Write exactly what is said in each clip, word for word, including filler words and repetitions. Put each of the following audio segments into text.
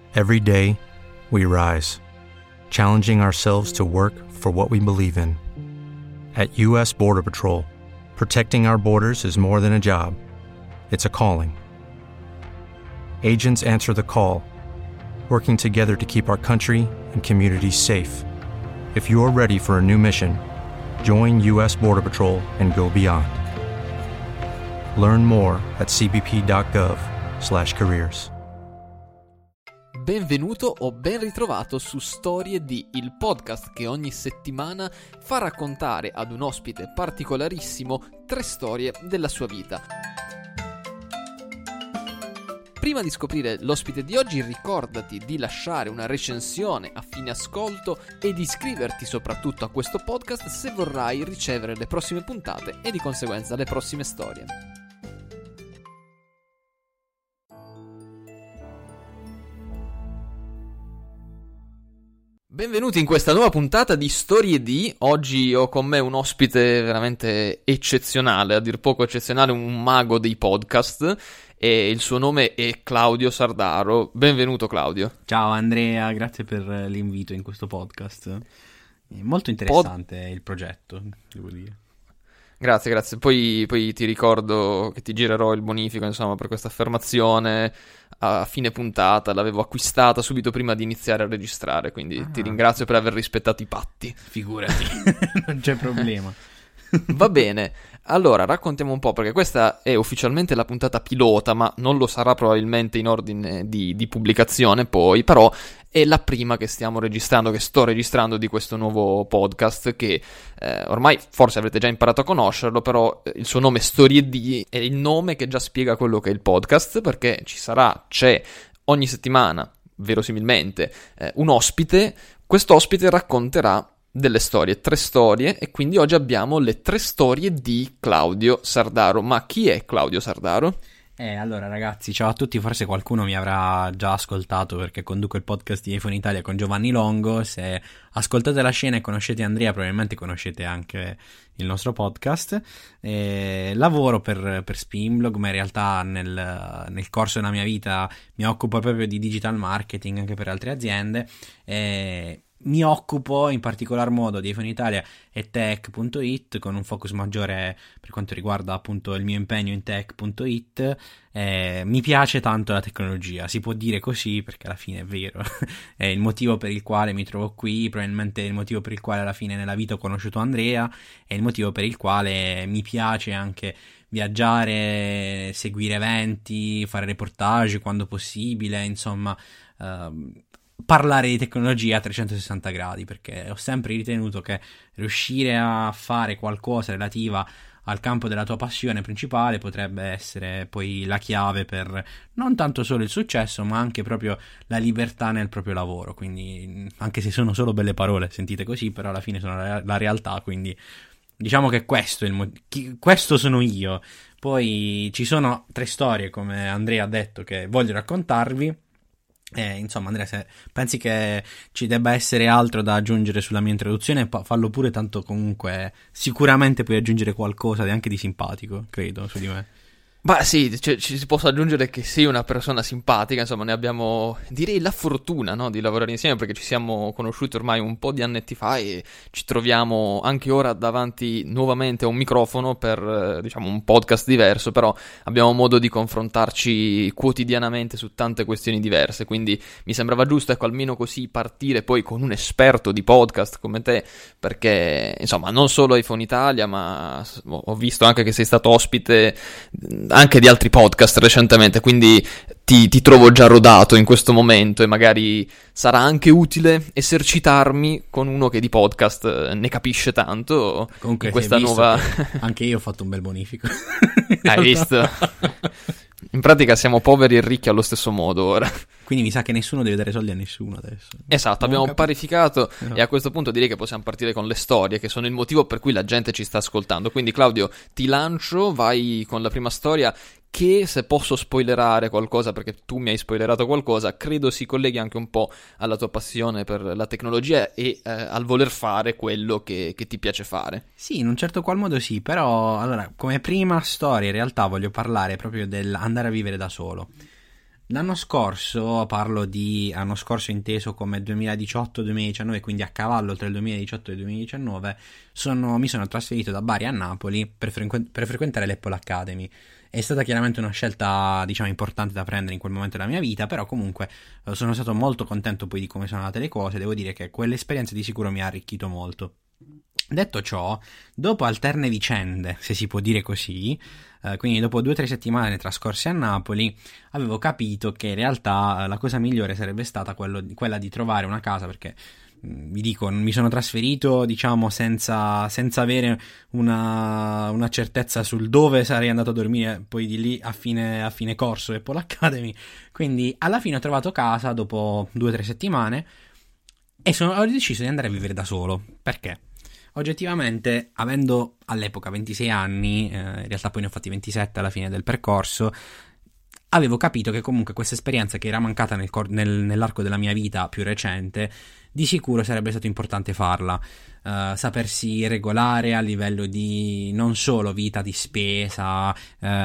Every day, we rise, challenging ourselves to work for what we believe in. At U S Border Patrol, protecting our borders is more than a job. It's a calling. Agents answer the call, working together to keep our country and communities safe. If you're ready for a new mission, join U S Border Patrol and go beyond. Learn more at c b p dot gov slash careers. Benvenuto o ben ritrovato su Storie di, il podcast che ogni settimana fa raccontare ad un ospite particolarissimo tre storie della sua vita. Prima di scoprire l'ospite di oggi, ricordati di lasciare una recensione a fine ascolto e di iscriverti soprattutto a questo podcast se vorrai ricevere le prossime puntate e di conseguenza le prossime storie. Benvenuti in questa nuova puntata di Storie di. Oggi ho con me un ospite veramente eccezionale, a dir poco eccezionale, un mago dei podcast, e il suo nome è Claudio Sardaro. Benvenuto Claudio. Ciao Andrea, grazie per l'invito in questo podcast. È molto interessante Pod... il progetto, devo dire. Grazie, grazie. Poi, poi ti ricordo che ti girerò il bonifico, insomma, per questa affermazione a fine puntata. L'avevo acquistata subito prima di iniziare a registrare, quindi ah. ti ringrazio per aver rispettato i patti. Figurati, non c'è problema. Va bene, allora raccontiamo un po', perché questa è ufficialmente la puntata pilota, ma non lo sarà probabilmente in ordine di, di pubblicazione poi, però è la prima che stiamo registrando, che sto registrando di questo nuovo podcast che eh, ormai forse avrete già imparato a conoscerlo, però il suo nome Storie di è il nome che già spiega quello che è il podcast, perché ci sarà, c'è ogni settimana, verosimilmente, eh, un ospite. Questo ospite racconterà delle storie, tre storie, e quindi oggi abbiamo le tre storie di Claudio Sardaro. Ma chi è Claudio Sardaro? Eh, allora ragazzi, ciao a tutti, forse qualcuno mi avrà già ascoltato perché conduco il podcast di iPhone Italia con Giovanni Longo. Se ascoltate la scena e conoscete Andrea, probabilmente conoscete anche il nostro podcast. Eh, lavoro per, per Spinblog, ma in realtà nel, nel corso della mia vita mi occupo proprio di digital marketing anche per altre aziende. Eh, Mi occupo in particolar modo di iPhone Italia e tech punto it, con un focus maggiore per quanto riguarda appunto il mio impegno in tech punto it. Eh, mi piace tanto la tecnologia, si può dire così perché alla fine è vero. È il motivo per il quale mi trovo qui, probabilmente il motivo per il quale alla fine nella vita ho conosciuto Andrea, è il motivo per il quale mi piace anche viaggiare, seguire eventi, fare reportage quando possibile, insomma... Uh, parlare di tecnologia a trecentosessanta gradi, perché ho sempre ritenuto che riuscire a fare qualcosa relativa al campo della tua passione principale potrebbe essere poi la chiave per non tanto solo il successo, ma anche proprio la libertà nel proprio lavoro. Quindi, anche se sono solo belle parole sentite così, però alla fine sono la, la realtà, quindi diciamo che questo è il mo- chi, questo sono io. Poi ci sono tre storie, come Andrea ha detto, che voglio raccontarvi. Eh, insomma, Andrea, se pensi che ci debba essere altro da aggiungere sulla mia introduzione, fallo pure, tanto comunque sicuramente puoi aggiungere qualcosa anche di simpatico, credo, su di me. Bah sì, cioè, ci si può aggiungere che sei una persona simpatica, insomma ne abbiamo, direi, la fortuna, no, di lavorare insieme, perché ci siamo conosciuti ormai un po' di annetti fa e ci troviamo anche ora davanti nuovamente a un microfono per, diciamo, un podcast diverso, però abbiamo modo di confrontarci quotidianamente su tante questioni diverse, quindi mi sembrava giusto, ecco, almeno così partire poi con un esperto di podcast come te, perché insomma non solo iPhone Italia, ma ho visto anche che sei stato ospite anche di altri podcast recentemente, quindi ti, ti trovo già rodato in questo momento e magari sarà anche utile esercitarmi con uno che di podcast ne capisce tanto. Comunque in questa nuova... anche io ho fatto un bel bonifico. Hai visto? In pratica siamo poveri e ricchi allo stesso modo ora. Quindi mi sa che nessuno deve dare soldi a nessuno adesso. Esatto, abbiamo cap- parificato no. E a questo punto direi che possiamo partire con le storie, che sono il motivo per cui la gente ci sta ascoltando. Quindi Claudio, ti lancio, vai con la prima storia che, se posso spoilerare qualcosa, perché tu mi hai spoilerato qualcosa, credo si colleghi anche un po' alla tua passione per la tecnologia e eh, al voler fare quello che, che ti piace fare. Sì, in un certo qual modo sì, però allora, come prima storia in realtà voglio parlare proprio dell'andare a vivere da solo. L'anno scorso, parlo di anno scorso inteso come duemiladiciotto duemiladiciannove, quindi a cavallo tra il duemiladiciotto e il duemiladiciannove, sono, mi sono trasferito da Bari a Napoli per, frequ- per frequentare l'Apple Academy. È stata chiaramente una scelta, diciamo, importante da prendere in quel momento della mia vita, però comunque eh, sono stato molto contento poi di come sono andate le cose. Devo dire che quell'esperienza di sicuro mi ha arricchito molto. Detto ciò, dopo alterne vicende, se si può dire così, eh, quindi dopo due o tre settimane trascorse a Napoli, avevo capito che in realtà eh, la cosa migliore sarebbe stata quello, quella di trovare una casa, perché mh, vi dico, mi sono trasferito, diciamo, senza, senza avere una, una certezza sul dove sarei andato a dormire poi di lì a fine, a fine corso Apple Academy, quindi alla fine ho trovato casa dopo due o tre settimane e sono, ho deciso di andare a vivere da solo. Perché? Oggettivamente, avendo all'epoca ventisei anni, eh, in realtà poi ne ho fatti ventisette alla fine del percorso, avevo capito che comunque questa esperienza che era mancata nel cor- nel, nell'arco della mia vita più recente, di sicuro sarebbe stato importante farla. Uh, sapersi regolare a livello di non solo vita di spesa, uh,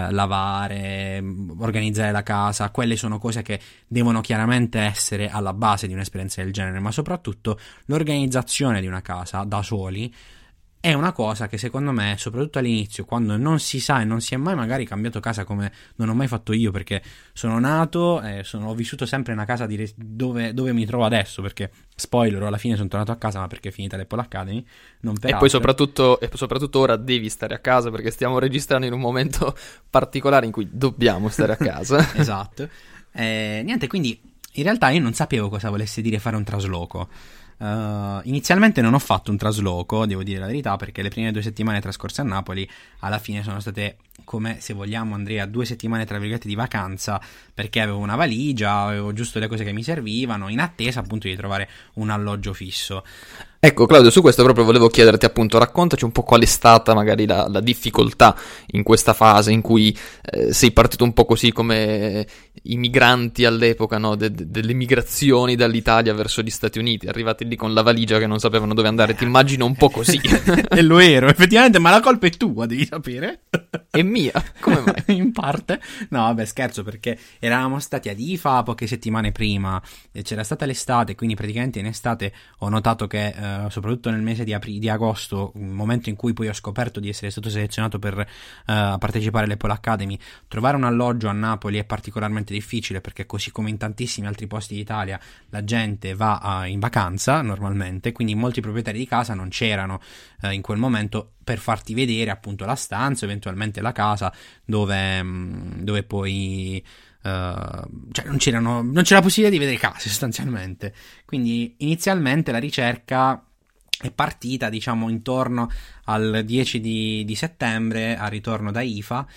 lavare, organizzare la casa, quelle sono cose che devono chiaramente essere alla base di un'esperienza del genere, ma soprattutto l'organizzazione di una casa da soli è una cosa che secondo me, soprattutto all'inizio, quando non si sa e non si è mai magari cambiato casa come non ho mai fatto io, perché sono nato e sono, ho vissuto sempre in una casa di, dove, dove mi trovo adesso, perché, spoiler, alla fine sono tornato a casa, ma perché è finita l'Apple Academy, non per e altro. poi soprattutto, e soprattutto ora devi stare a casa, perché stiamo registrando in un momento particolare in cui dobbiamo stare a casa. Esatto. Eh, niente, quindi in realtà io non sapevo cosa volesse dire fare un trasloco. Uh, inizialmente non ho fatto un trasloco, devo dire la verità, perché le prime due settimane trascorse a Napoli alla fine sono state, come se vogliamo Andrea, due settimane tra virgolette di vacanza, perché avevo una valigia, avevo giusto le cose che mi servivano, in attesa appunto di trovare un alloggio fisso. Ecco Claudio, su questo proprio volevo chiederti, appunto, raccontaci un po' qual è stata magari la, la difficoltà in questa fase in cui eh, sei partito un po' così come i migranti all'epoca, no? De- de- delle migrazioni dall'Italia verso gli Stati Uniti, arrivati lì con la valigia che non sapevano dove andare, ti immagino un po' così. E lo ero, effettivamente, ma la colpa è tua, devi sapere. È mia, come mai? In parte. No, vabbè, scherzo, perché eravamo stati ad I F A poche settimane prima, e c'era stata l'estate, quindi praticamente in estate ho notato che eh, soprattutto nel mese di, apri- di agosto, un momento in cui poi ho scoperto di essere stato selezionato per uh, partecipare all'Apple Academy, trovare un alloggio a Napoli è particolarmente difficile, perché così come in tantissimi altri posti d'Italia la gente va uh, in vacanza normalmente, quindi molti proprietari di casa non c'erano uh, in quel momento per farti vedere appunto la stanza, eventualmente la casa dove, mh, dove poi Uh, cioè non c'erano non c'era la possibilità di vedere case sostanzialmente. Quindi inizialmente la ricerca è partita, diciamo, intorno al dieci di, di settembre al ritorno da I F A,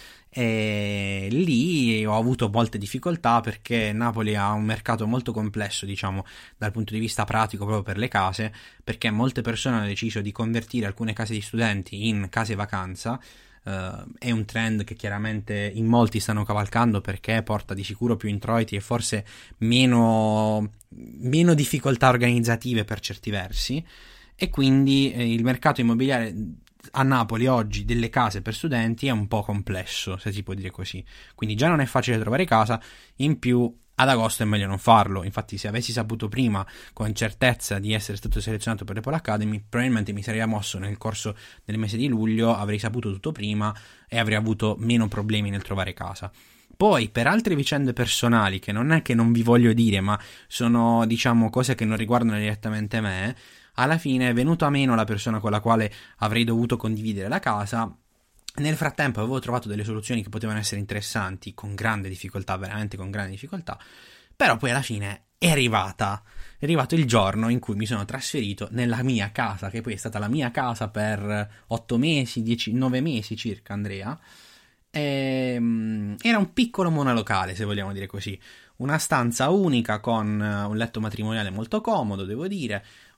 e lì ho avuto molte difficoltà perché Napoli ha un mercato molto complesso, diciamo, dal punto di vista pratico, proprio per le case, perché molte persone hanno deciso di convertire alcune case di studenti in case vacanza. Uh, è un trend che chiaramente in molti stanno cavalcando, perché porta di sicuro più introiti e forse meno, meno difficoltà organizzative per certi versi, e quindi eh, il mercato immobiliare a Napoli oggi delle case per studenti è un po' complesso, se si può dire così, quindi già non è facile trovare casa, in più ad agosto è meglio non farlo. Infatti, se avessi saputo prima con certezza di essere stato selezionato per l'Apple Academy, probabilmente mi sarei mosso nel corso del mese di luglio, avrei saputo tutto prima e avrei avuto meno problemi nel trovare casa. Poi, per altre vicende personali, che non è che non vi voglio dire, ma sono, diciamo, cose che non riguardano direttamente me, alla fine è venuta meno la persona con la quale avrei dovuto condividere la casa. Nel frattempo avevo trovato delle soluzioni che potevano essere interessanti, con grande difficoltà, veramente con grande difficoltà, però poi alla fine è arrivata, è arrivato il giorno in cui mi sono trasferito nella mia casa, che poi è stata la mia casa per otto mesi, dieci, nove mesi circa, Andrea. E, um, era un piccolo monolocale, se vogliamo dire così, una stanza unica con un letto matrimoniale molto comodo, devo dire,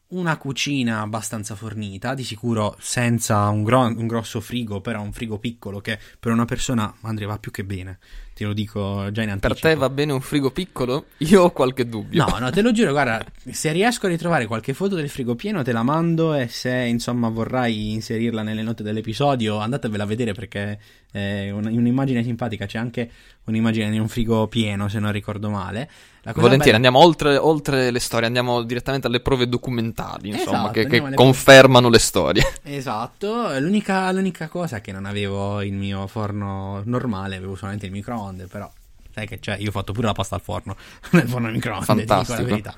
una cucina abbastanza fornita, di sicuro senza un, gro- un grosso frigo, però un frigo piccolo che per una persona, Andrea, va più che bene, te lo dico già in anticipo. Per te va bene un frigo piccolo? Io ho qualche dubbio. No, no, te lo giuro, guarda, se riesco a ritrovare qualche foto del frigo pieno te la mando, e se insomma vorrai inserirla nelle note dell'episodio andatevela a vedere, perché è un- un'immagine simpatica. C'è anche un'immagine di un frigo pieno, se non ricordo male. La cosa Volentieri, bella- andiamo oltre, oltre le storie, andiamo direttamente alle prove documentali, insomma, Esatto, che, che andiamo alle confermano le storie. Esatto, l'unica, l'unica cosa è che non avevo il mio forno normale, avevo solamente il microonde, però sai che c'è, io ho fatto pure la pasta al forno nel forno al microonde, ti dico la Fantastico. verità.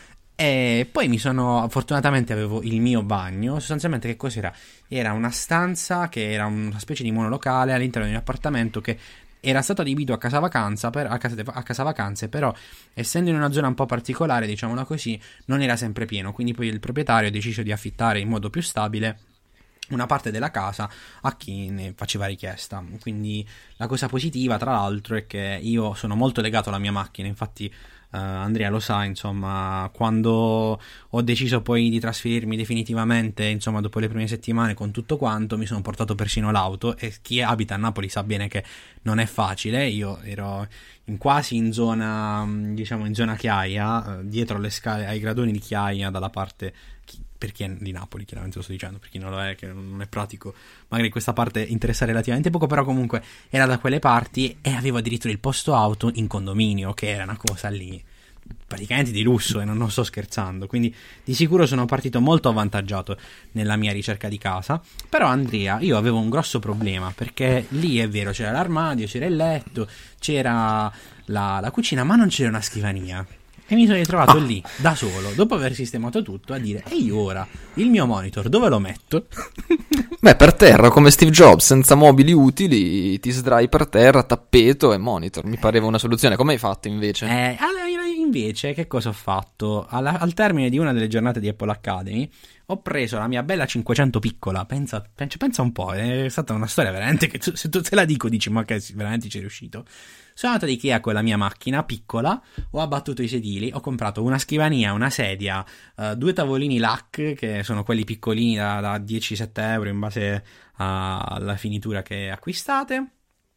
E poi mi sono, fortunatamente avevo il mio bagno. Sostanzialmente che cos'era? Era una stanza che era una specie di monolocale all'interno di un appartamento che era stato adibito a casa vacanza, per, a, casa, a casa vacanze, però essendo in una zona un po' particolare, diciamola così, non era sempre pieno, quindi poi il proprietario ha deciso di affittare in modo più stabile una parte della casa a chi ne faceva richiesta. Quindi la cosa positiva, tra l'altro, è che io sono molto legato alla mia macchina. Infatti uh, Andrea lo sa, insomma, quando ho deciso poi di trasferirmi definitivamente, insomma, dopo le prime settimane con tutto quanto, mi sono portato persino l'auto, e chi abita a Napoli sa bene che non è facile. Io ero in quasi in zona, diciamo, in zona Chiaia, uh, dietro le scale, ai gradoni di Chiaia, dalla parte, per chi è di Napoli, chiaramente lo sto dicendo, per chi non lo è, che non è pratico, magari questa parte interessa relativamente poco, però comunque era da quelle parti, e avevo addirittura il posto auto in condominio, che era una cosa lì praticamente di lusso, e non, non sto scherzando. Quindi di sicuro sono partito molto avvantaggiato nella mia ricerca di casa. Però Andrea, io avevo un grosso problema, perché lì è vero, c'era l'armadio, c'era il letto, c'era la, la cucina, ma non c'era una scrivania. E mi sono ritrovato ah. lì, da solo, dopo aver sistemato tutto, a dire: e io ora, il mio monitor, dove lo metto? Beh, per terra, come Steve Jobs, senza mobili utili, ti sdrai per terra, tappeto e monitor. Mi pareva una soluzione. Come hai fatto invece? Eh, invece, che cosa ho fatto? Alla, al termine di una delle giornate di Apple Academy, ho preso la mia bella cinquecento piccola. Pensa, pensa, pensa un po', è stata una storia veramente che tu, se tu te la dico dici: ma che veramente ci è riuscito? Sono andato ad Ikea con la mia macchina piccola, ho abbattuto i sedili, ho comprato una scrivania, una sedia, uh, due tavolini L A C, che sono quelli piccolini da, da dieci sette euro in base a, alla finitura che acquistate.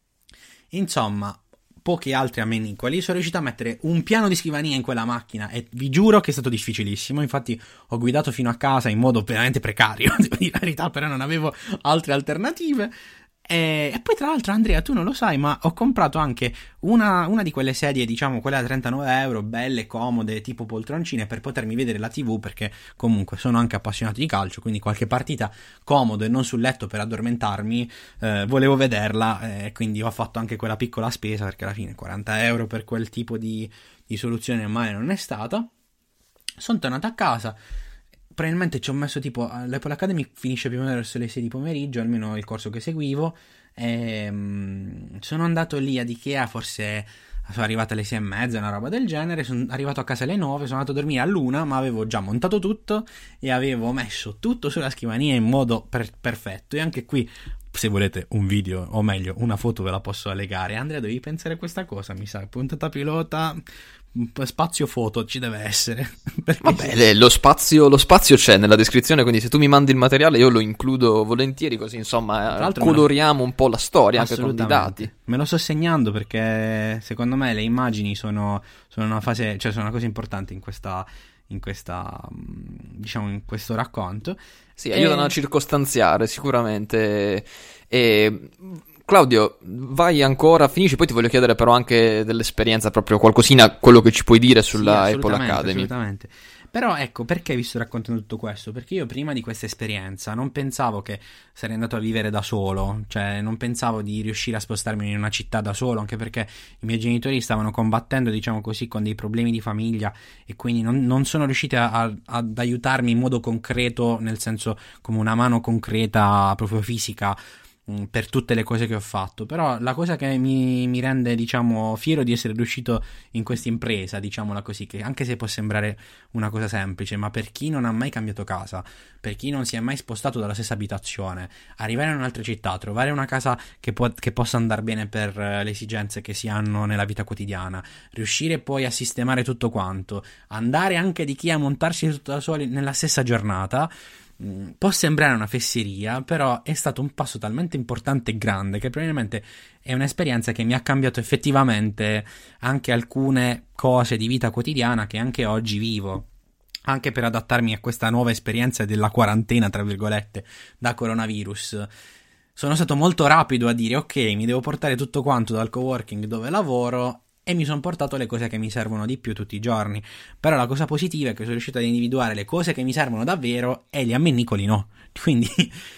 Insomma, pochi altri ammenicoli. Sono riuscito a mettere un piano di scrivania in quella macchina, e vi giuro che è stato difficilissimo. Infatti ho guidato fino a casa in modo veramente precario, devo dire la verità, però non avevo altre alternative. E, e poi tra l'altro, Andrea, tu non lo sai, ma ho comprato anche una, una di quelle sedie, diciamo quelle da trentanove euro, belle, comode, tipo poltroncine, per potermi vedere la tivù, perché comunque sono anche appassionato di calcio, quindi qualche partita comodo e non sul letto per addormentarmi, eh, volevo vederla, e eh, quindi ho fatto anche quella piccola spesa, perché alla fine quaranta euro per quel tipo di, di soluzione male non è stata. Sono tornato a casa. Probabilmente ci ho messo tipo, l'Apple Academy finisce più o meno verso le sei di pomeriggio, almeno il corso che seguivo, e um, sono andato lì ad Ikea, forse sono arrivato alle sei e mezza, una roba del genere, sono arrivato a casa alle nove, sono andato a dormire all'una, ma avevo già montato tutto e avevo messo tutto sulla scrivania in modo per- perfetto, e anche qui, se volete un video, o meglio una foto, ve la posso allegare. Andrea, devi pensare a questa cosa, mi sa, puntata pilota, spazio foto ci deve essere. Vabbè, se... lo, spazio, lo spazio c'è nella descrizione, quindi se tu mi mandi il materiale io lo includo volentieri, così insomma coloriamo un po' la storia anche con i dati. Me lo sto segnando, perché secondo me le immagini sono, sono una fase, cioè sono una cosa importante in questa, in questa, diciamo, in questo racconto. Sì, aiutano e... a circostanziare sicuramente. E Claudio, vai ancora, finisci, poi ti voglio chiedere però anche dell'esperienza, proprio qualcosina, quello che ci puoi dire sulla sì, Apple Academy. Assolutamente. Però ecco, perché vi sto raccontando tutto questo? Perché io prima di questa esperienza non pensavo che sarei andato a vivere da solo, cioè non pensavo di riuscire a spostarmi in una città da solo, anche perché i miei genitori stavano combattendo, diciamo così, con dei problemi di famiglia, e quindi non, non sono riusciti a, a, ad aiutarmi in modo concreto, nel senso come una mano concreta proprio fisica, mh, per tutte le cose che ho fatto. Però la cosa che mi, mi rende, diciamo, fiero di essere riuscito in questa impresa, diciamola così, che anche se può sembrare una cosa semplice, ma per chi non ha mai cambiato casa, per chi non si è mai spostato dalla stessa abitazione, arrivare in un'altra città, trovare una casa che, può, che possa andare bene per uh, le esigenze che si hanno nella vita quotidiana, riuscire poi a sistemare tutto quanto, andare anche di chi a montarsi tutto da soli nella stessa giornata, mh, può sembrare una fesseria, però è stato un passo talmente importante e grande che probabilmente è un'esperienza che mi ha cambiato effettivamente anche alcune cose di vita quotidiana che anche oggi vivo, anche per adattarmi a questa nuova esperienza della quarantena, tra virgolette, da coronavirus. Sono stato molto rapido a dire ok, mi devo portare tutto quanto dal coworking dove lavoro e mi sono portato le cose che mi servono di più tutti i giorni. Però la cosa positiva è che sono riuscito ad individuare le cose che mi servono davvero e gli ammennicoli no. Quindi...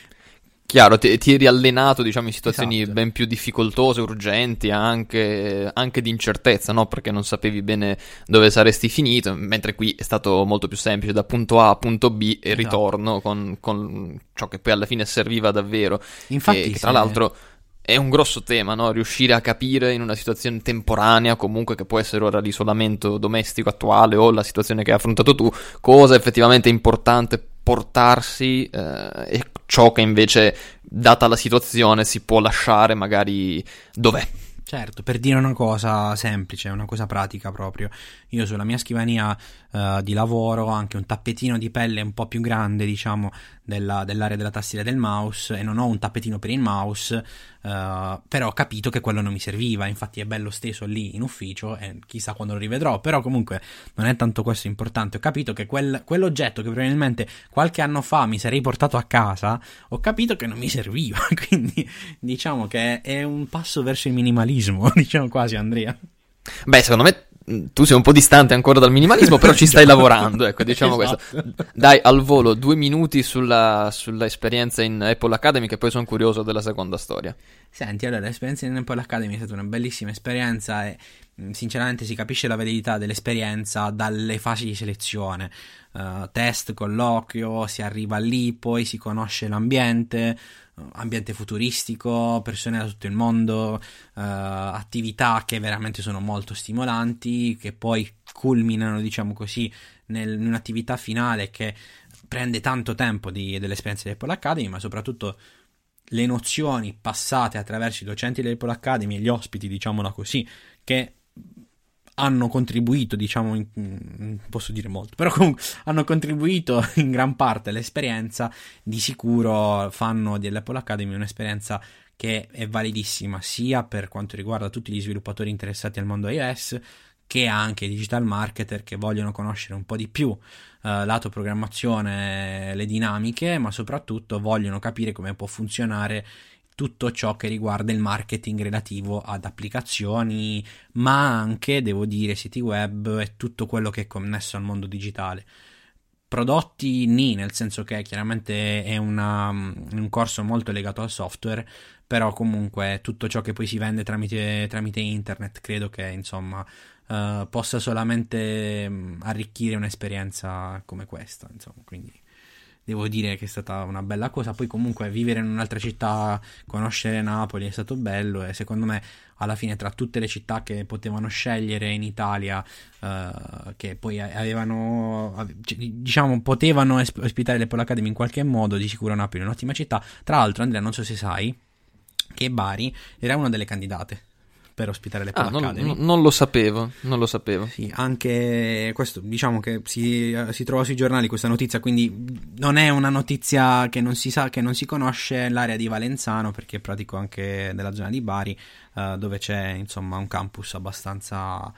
Chiaro, ti, ti eri allenato, diciamo, in situazioni Esatto. ben più difficoltose, urgenti, anche, anche di incertezza, no? Perché non sapevi bene dove saresti finito, mentre qui è stato molto più semplice, da punto A a punto B e Esatto. ritorno con, con ciò che poi alla fine serviva davvero. Infatti, e che, tra se- l'altro è un grosso tema, no? Riuscire a capire in una situazione temporanea, comunque che può essere ora l'isolamento domestico attuale o la situazione che hai affrontato tu, cosa effettivamente è importante portarsi eh, e ciò che invece, data la situazione, si può lasciare magari dov'è. Certo, per dire una cosa semplice, una cosa pratica proprio. Io sulla mia scrivania uh, di lavoro ho anche un tappetino di pelle un po' più grande, diciamo, della, dell'area della tastiera del mouse, e non ho un tappetino per il mouse, uh, però ho capito che quello non mi serviva, infatti è bello steso lì in ufficio e chissà quando lo rivedrò, però comunque non è tanto questo importante. Ho capito che quel, quell'oggetto che probabilmente qualche anno fa mi sarei portato a casa, ho capito che non mi serviva, quindi diciamo che è un passo verso il minimalismo, diciamo quasi, Andrea. Beh, secondo me tu sei un po' distante ancora dal minimalismo, però ci stai lavorando, ecco, diciamo Esatto. questo. Dai, al volo, due minuti sulla, sulla esperienza in Apple Academy, che poi sono curioso della seconda storia. Senti, allora, l'esperienza in Apple Academy è stata una bellissima esperienza e mh, sinceramente si capisce la validità dell'esperienza dalle fasi di selezione. Uh, test, colloquio, si arriva lì, poi si conosce l'ambiente, uh, ambiente futuristico, persone da tutto il mondo, uh, attività che veramente sono molto stimolanti, che poi culminano, diciamo così, nel, in un'attività finale che prende tanto tempo di, dell'esperienza di Apple Academy, ma soprattutto le nozioni passate attraverso i docenti dell'Apple Academy e gli ospiti, diciamola così, che hanno contribuito, diciamo, in, in, posso dire molto, però comunque hanno contribuito in gran parte all'esperienza, di sicuro fanno dell'Apple Academy un'esperienza che è validissima sia per quanto riguarda tutti gli sviluppatori interessati al mondo iOS, che anche i digital marketer che vogliono conoscere un po' di più eh, lato programmazione, le dinamiche, ma soprattutto vogliono capire come può funzionare tutto ciò che riguarda il marketing relativo ad applicazioni, ma anche, devo dire, siti web e tutto quello che è connesso al mondo digitale. Prodotti nì, nel senso che chiaramente è una, un corso molto legato al software, però comunque tutto ciò che poi si vende tramite, tramite internet credo che insomma uh, possa solamente um, arricchire un'esperienza come questa, insomma, quindi devo dire che è stata una bella cosa. Poi comunque vivere in un'altra città, conoscere Napoli è stato bello, e secondo me alla fine tra tutte le città che potevano scegliere in Italia, uh, che poi avevano, diciamo, potevano ospitare l'Apple Academy in qualche modo, di sicuro Napoli è un'ottima città. Tra l'altro, Andrea, non so se sai che Bari era una delle candidate per ospitare l'Apple Ah, non, Academy. non lo sapevo, non lo sapevo. Sì, anche questo, diciamo che si, si trova sui giornali questa notizia, quindi non è una notizia che non si sa, che non si conosce l'area di Valenzano, perché è pratico anche della zona di Bari, uh, dove c'è insomma un campus abbastanza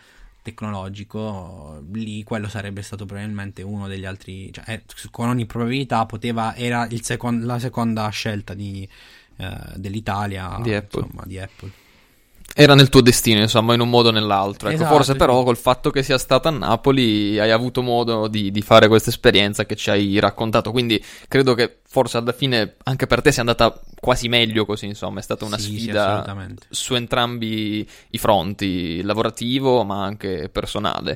tecnologico. Lì quello sarebbe stato probabilmente uno degli altri, cioè, eh, con ogni probabilità poteva, era il second, la seconda scelta di, uh, dell'Italia, Di Apple. insomma, di Apple. Era nel tuo destino, insomma, in un modo o nell'altro. Ecco, Esatto, forse sì. però col fatto che sia stata a Napoli hai avuto modo di, di fare questa esperienza che ci hai raccontato. Quindi credo che forse alla fine anche per te sia andata quasi meglio così, insomma. È stata una Sì, sì, sfida assolutamente. su entrambi i fronti, lavorativo ma anche personale.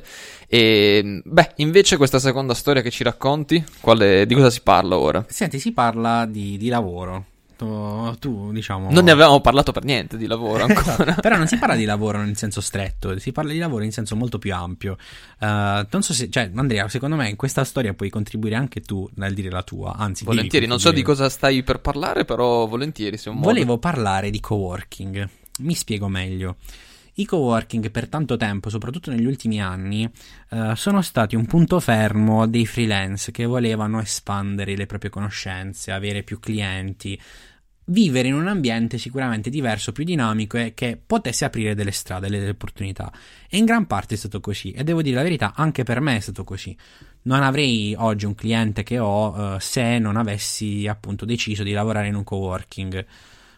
E beh, invece questa seconda storia che ci racconti, quale, di cosa si parla ora? Senti, si parla di, di lavoro. Tu, tu, diciamo... Non ne avevamo parlato per niente di lavoro ancora. Però non si parla di lavoro nel senso stretto, si parla di lavoro in senso molto più ampio. Uh, non so se... Cioè, Andrea, secondo me in questa storia puoi contribuire anche tu nel dire la tua, anzi... Volentieri, non so di cosa stai per parlare, però volentieri, se un modo. Volevo parlare di coworking. Mi spiego meglio. I coworking per tanto tempo, soprattutto negli ultimi anni, eh, sono stati un punto fermo dei freelance che volevano espandere le proprie conoscenze, avere più clienti, vivere in un ambiente sicuramente diverso, più dinamico e che potesse aprire delle strade, delle opportunità. E in gran parte è stato così, e devo dire la verità, anche per me è stato così. Non avrei oggi un cliente che ho eh, se non avessi appunto deciso di lavorare in un coworking.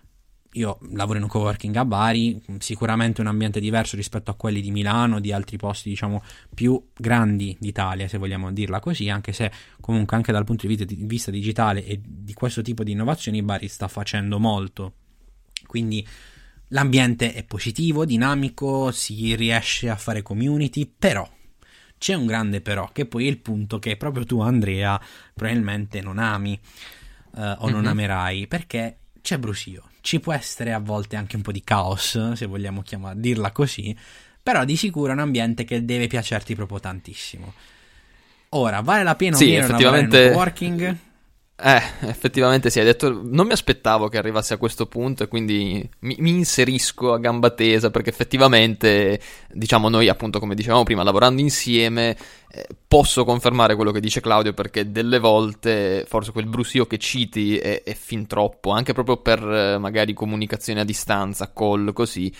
Io lavoro in un coworking a Bari, sicuramente un ambiente diverso rispetto a quelli di Milano, di altri posti diciamo più grandi d'Italia, se vogliamo dirla così, anche se comunque anche dal punto di vista digitale e di questo tipo di innovazioni Bari sta facendo molto. Quindi l'ambiente è positivo, dinamico, si riesce a fare community, però c'è un grande però, che poi è il punto che proprio tu, Andrea, probabilmente non ami eh, o non mm-hmm. amerai, perché c'è brusio. Ci può essere a volte anche un po' di caos, se vogliamo chiamar, dirla così, però di sicuro è un ambiente che deve piacerti proprio tantissimo. Ora, vale la pena sì, unire effettivamente... un coworking? Eh, effettivamente sì, hai detto, non mi aspettavo che arrivasse a questo punto e quindi mi, mi inserisco a gamba tesa, perché effettivamente, diciamo, noi appunto, come dicevamo prima, lavorando insieme, eh, posso confermare quello che dice Claudio, perché delle volte forse quel brusio che citi è, è fin troppo, anche proprio per eh, magari comunicazione a distanza, call, così.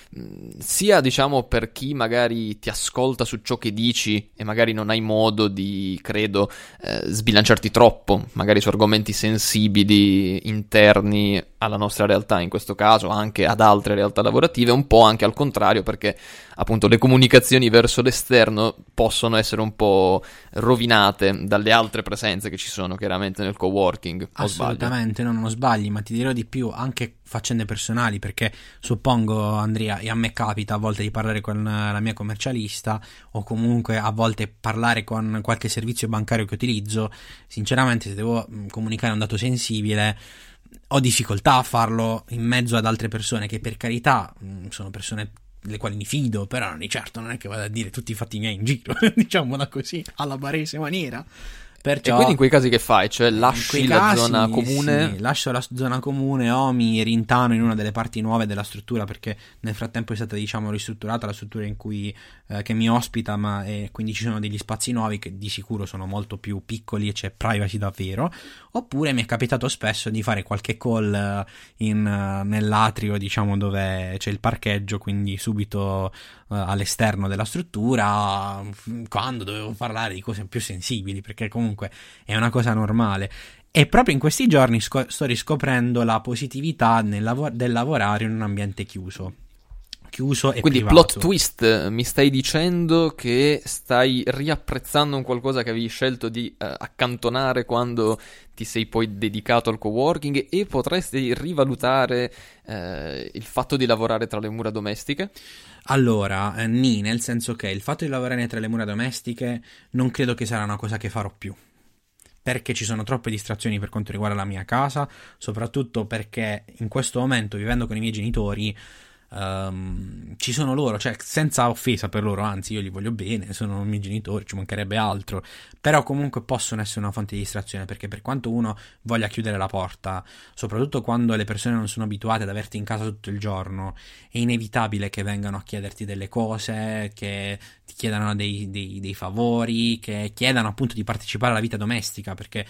Sia diciamo per chi magari ti ascolta su ciò che dici e magari non hai modo di, credo, eh, sbilanciarti troppo, magari su argomenti sensibili interni alla nostra realtà, in questo caso anche ad altre realtà lavorative, un po' anche al contrario, perché appunto le comunicazioni verso l'esterno possono essere un po' rovinate dalle altre presenze che ci sono chiaramente nel coworking. Assolutamente, no, non sbagli, ma ti dirò di più, anche faccende personali, perché suppongo, Andrea, e a me capita a volte di parlare con la mia commercialista o comunque a volte parlare con qualche servizio bancario che utilizzo. Sinceramente, se devo comunicare un dato sensibile ho difficoltà a farlo in mezzo ad altre persone che, per carità, sono persone delle quali mi fido, però di certo non è che vado a dire tutti i fatti miei in giro, diciamola così, alla barese maniera. Perciò, e quindi in quei casi che fai? Cioè lasci la casi, zona comune? Sì, lascio la zona comune o mi rintano in una delle parti nuove della struttura, perché nel frattempo è stata, diciamo, ristrutturata la struttura in cui eh, che mi ospita, ma e quindi ci sono degli spazi nuovi che di sicuro sono molto più piccoli e c'è privacy davvero. Oppure mi è capitato spesso di fare qualche call in, nell'atrio, diciamo, dove c'è il parcheggio, quindi subito uh, all'esterno della struttura, quando dovevo parlare di cose più sensibili, perché comunque è una cosa normale. E proprio in questi giorni sco- sto riscoprendo la positività nel lav- del lavorare in un ambiente chiuso. Chiuso e quindi privato. Plot twist, mi stai dicendo che stai riapprezzando un qualcosa che avevi scelto di uh, accantonare quando ti sei poi dedicato al coworking, e potresti rivalutare uh, il fatto di lavorare tra le mura domestiche? Allora, eh, ni, nel senso che il fatto di lavorare tra le mura domestiche non credo che sarà una cosa che farò più, perché ci sono troppe distrazioni per quanto riguarda la mia casa, soprattutto perché in questo momento, vivendo con i miei genitori, Um, ci sono loro, cioè senza offesa per loro, anzi io li voglio bene, sono i miei genitori, ci mancherebbe altro, però comunque possono essere una fonte di distrazione, perché per quanto uno voglia chiudere la porta, soprattutto quando le persone non sono abituate ad averti in casa tutto il giorno, è inevitabile che vengano a chiederti delle cose, che ti chiedano dei, dei, dei favori, che chiedano appunto di partecipare alla vita domestica, perché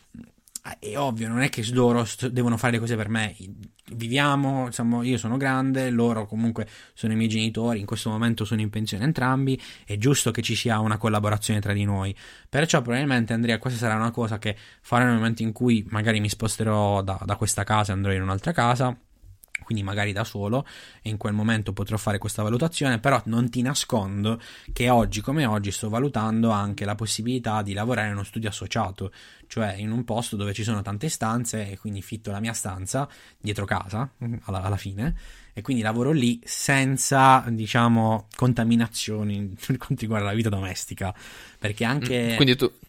è ovvio, non è che loro st- devono fare le cose per me. Viviamo, insomma, io sono grande, loro comunque sono i miei genitori, in questo momento sono in pensione entrambi, è giusto che ci sia una collaborazione tra di noi. Perciò probabilmente, Andrea, questa sarà una cosa che farò nel momento in cui magari mi sposterò da, da questa casa e andrò in un'altra casa, quindi magari da solo, e in quel momento potrò fare questa valutazione. Però non ti nascondo che oggi come oggi sto valutando anche la possibilità di lavorare in uno studio associato, cioè in un posto dove ci sono tante stanze, e quindi fitto la mia stanza dietro casa alla, alla fine, e quindi lavoro lì senza, diciamo, contaminazioni per quanto riguarda la vita domestica, perché anche quindi tu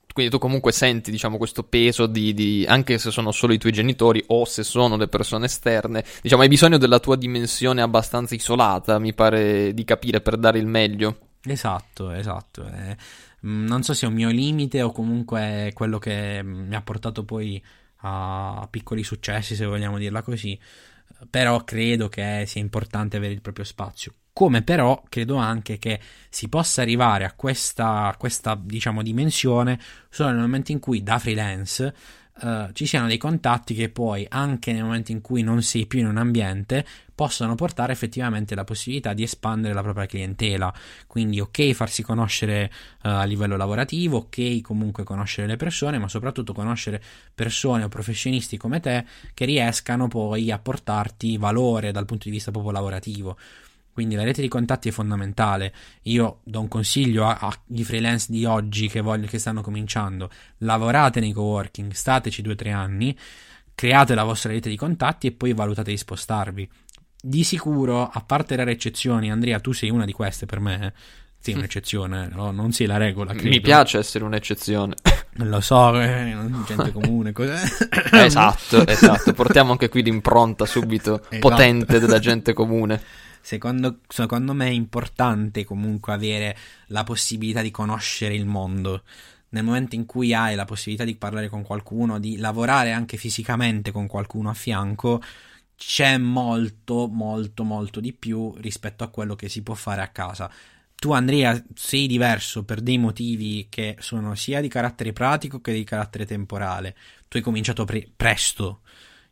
quindi tu comunque senti, diciamo, questo peso di, di anche se sono solo i tuoi genitori o se sono le persone esterne, diciamo, hai bisogno della tua dimensione abbastanza isolata, mi pare di capire, per dare il meglio. Esatto, esatto. Eh, non so se è un mio limite o comunque quello che mi ha portato poi a piccoli successi, se vogliamo dirla così, però credo che sia importante avere il proprio spazio. Come però credo anche che si possa arrivare a questa, questa diciamo dimensione solo nel momento in cui da freelance uh, ci siano dei contatti che poi anche nel momento in cui non sei più in un ambiente possono portare effettivamente la possibilità di espandere la propria clientela. Quindi ok farsi conoscere uh, a livello lavorativo, ok comunque conoscere le persone, ma soprattutto conoscere persone o professionisti come te che riescano poi a portarti valore dal punto di vista proprio lavorativo. Quindi la rete di contatti è fondamentale. Io do un consiglio agli freelance di oggi che, voglio, che stanno cominciando: lavorate nei coworking, stateci due o tre anni, create la vostra rete di contatti e poi valutate di spostarvi. Di sicuro, a parte rare eccezioni, Andrea, tu sei una di queste per me, eh? Sì, un'eccezione, no? Non sei la regola, credo. Mi piace essere un'eccezione. Lo so, eh, gente comune, cos'è? Esatto, esatto, portiamo anche qui l'impronta subito, esatto, potente della gente comune. Secondo, secondo me è importante comunque avere la possibilità di conoscere il mondo. Nel momento in cui hai la possibilità di parlare con qualcuno, di lavorare anche fisicamente con qualcuno a fianco, c'è molto, molto, molto di più rispetto a quello che si può fare a casa. Tu, Andrea, sei diverso per dei motivi che sono sia di carattere pratico che di carattere temporale. Tu hai cominciato pre- presto.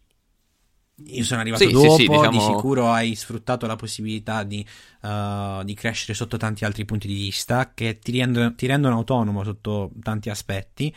Io sono arrivato sì, dopo, sì, sì, diciamo... di sicuro hai sfruttato la possibilità di, uh, di crescere sotto tanti altri punti di vista che ti rendono, ti rendono autonomo sotto tanti aspetti.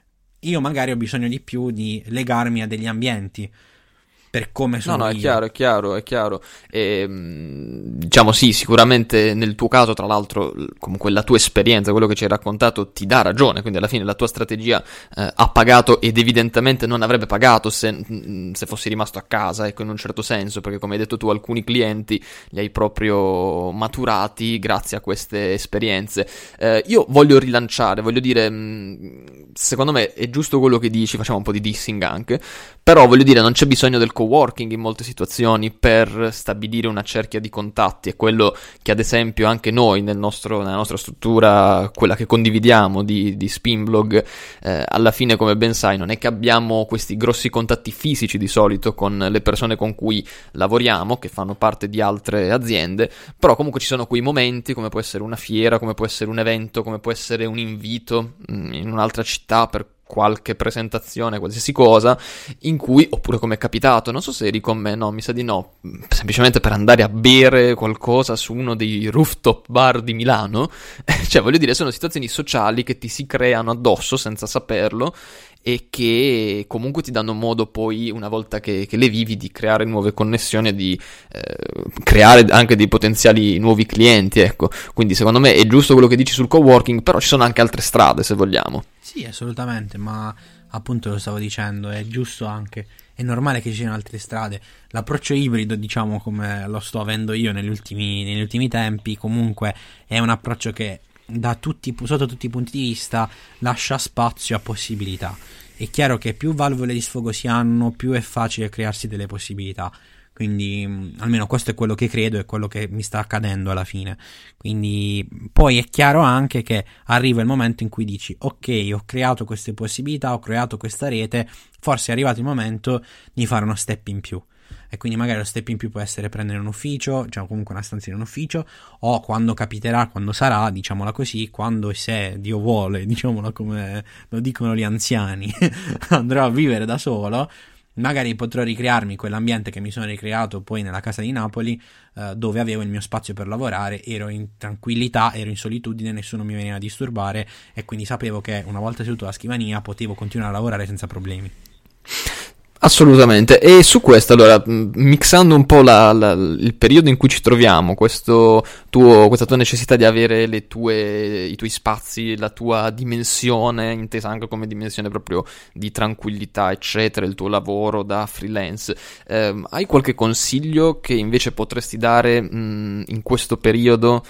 Io magari ho bisogno di più di legarmi a degli ambienti per come sono no no io. è chiaro è chiaro è chiaro e, diciamo sì, sicuramente nel tuo caso, tra l'altro, comunque la tua esperienza, quello che ci hai raccontato ti dà ragione, quindi alla fine la tua strategia eh, ha pagato, ed evidentemente non avrebbe pagato se, se fossi rimasto a casa, ecco, in un certo senso, perché come hai detto tu alcuni clienti li hai proprio maturati grazie a queste esperienze. eh, io voglio rilanciare, voglio dire, mh, secondo me è giusto quello che dici, facciamo un po' di dissing anche, però voglio dire, non c'è bisogno del coworking in molte situazioni per stabilire una cerchia di contatti. È quello che ad esempio anche noi nel nostro, nella nostra struttura, quella che condividiamo di, di Spinblog, eh, alla fine, come ben sai, non è che abbiamo questi grossi contatti fisici di solito con le persone con cui lavoriamo, che fanno parte di altre aziende, però comunque ci sono quei momenti, come può essere una fiera, come può essere un evento, come può essere un invito mh, in un'altra città per qualche presentazione, qualsiasi cosa, in cui, oppure come è capitato, non so se eri con me, no, mi sa di no, semplicemente per andare a bere qualcosa su uno dei rooftop bar di Milano, cioè voglio dire, sono situazioni sociali che ti si creano addosso senza saperlo e che comunque ti danno modo poi, una volta che, che le vivi, di creare nuove connessioni e di eh, creare anche dei potenziali nuovi clienti, ecco. Quindi secondo me è giusto quello che dici sul coworking, però ci sono anche altre strade, se vogliamo. Sì, assolutamente, ma appunto lo stavo dicendo, è giusto anche, è normale che ci siano altre strade. L'approccio ibrido, diciamo, come lo sto avendo io negli ultimi, negli ultimi tempi, comunque è un approccio che da tutti, sotto tutti i punti di vista, lascia spazio a possibilità. È chiaro che più valvole di sfogo si hanno, più è facile crearsi delle possibilità. Quindi almeno questo è quello che credo, è quello che mi sta accadendo alla fine. Quindi poi è chiaro anche che arriva il momento in cui dici: ok, ho creato queste possibilità, ho creato questa rete, forse è arrivato il momento di fare uno step in più. E quindi magari lo step in più può essere prendere un ufficio, cioè comunque una stanza in un ufficio, o quando capiterà, quando sarà, diciamola così, quando e se Dio vuole, diciamola come lo dicono gli anziani, andrò a vivere da solo, magari potrò ricrearmi quell'ambiente che mi sono ricreato poi nella casa di Napoli, eh, dove avevo il mio spazio per lavorare, ero in tranquillità, ero in solitudine, nessuno mi veniva a disturbare e quindi sapevo che una volta seduto alla scrivania potevo continuare a lavorare senza problemi. Assolutamente. E su questo, allora, mixando un po' la, la, il periodo in cui ci troviamo, questo tuo, questa tua necessità di avere le tue, i tuoi spazi, la tua dimensione, intesa anche come dimensione proprio di tranquillità, eccetera, il tuo lavoro da freelance, eh, hai qualche consiglio che invece potresti dare mh, in questo periodo,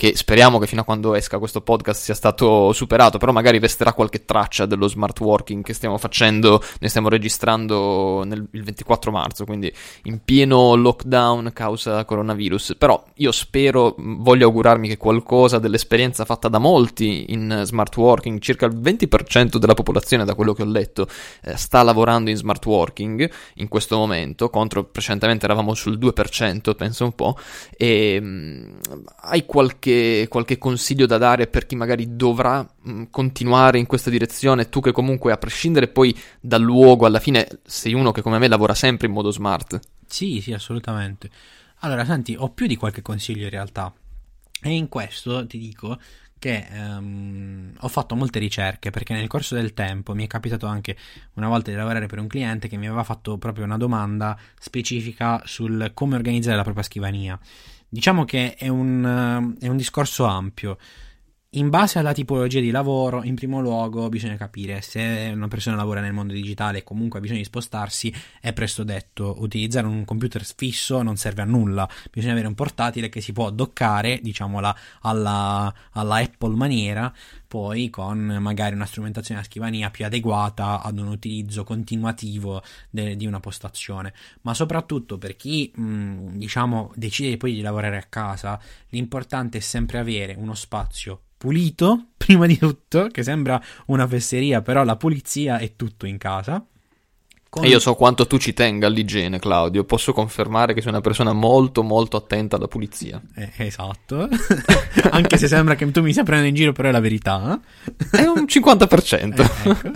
che speriamo che fino a quando esca questo podcast sia stato superato, però magari resterà qualche traccia dello smart working che stiamo facendo. Noi stiamo registrando nel, il ventiquattro marzo, quindi in pieno lockdown causa coronavirus, però io spero, voglio augurarmi che qualcosa dell'esperienza fatta da molti in smart working, circa il venti per cento della popolazione, da quello che ho letto, eh, sta lavorando in smart working in questo momento, contro precedentemente eravamo sul due per cento, penso un po'. E mh, hai qualche, qualche consiglio da dare per chi magari dovrà mh, continuare in questa direzione? Tu che comunque, a prescindere poi dal luogo, alla fine sei uno che come me lavora sempre in modo smart. Sì, sì, assolutamente. Allora, senti, ho più di qualche consiglio in realtà, e in questo ti dico che um, ho fatto molte ricerche, perché nel corso del tempo mi è capitato anche una volta di lavorare per un cliente che mi aveva fatto proprio una domanda specifica sul come organizzare la propria scrivania. Diciamo che è un, è un discorso ampio. In base alla tipologia di lavoro, in primo luogo bisogna capire se una persona lavora nel mondo digitale e comunque ha bisogno di spostarsi. È presto detto, utilizzare un computer fisso non serve a nulla, bisogna avere un portatile che si può doccare, diciamola alla, alla Apple maniera, poi con magari una strumentazione a scrivania più adeguata ad un utilizzo continuativo de, di una postazione. Ma soprattutto per chi mh, diciamo decide poi di lavorare a casa, l'importante è sempre avere uno spazio pulito, prima di tutto, che sembra una fesseria, però la pulizia è tutto in casa. Con... E io so quanto tu ci tenga all'igiene, Claudio. Posso confermare che sei una persona molto molto attenta alla pulizia. Eh, esatto. Anche se sembra che tu mi stia prendendo in giro, però è la verità. È un cinquanta per cento. Eh, ecco.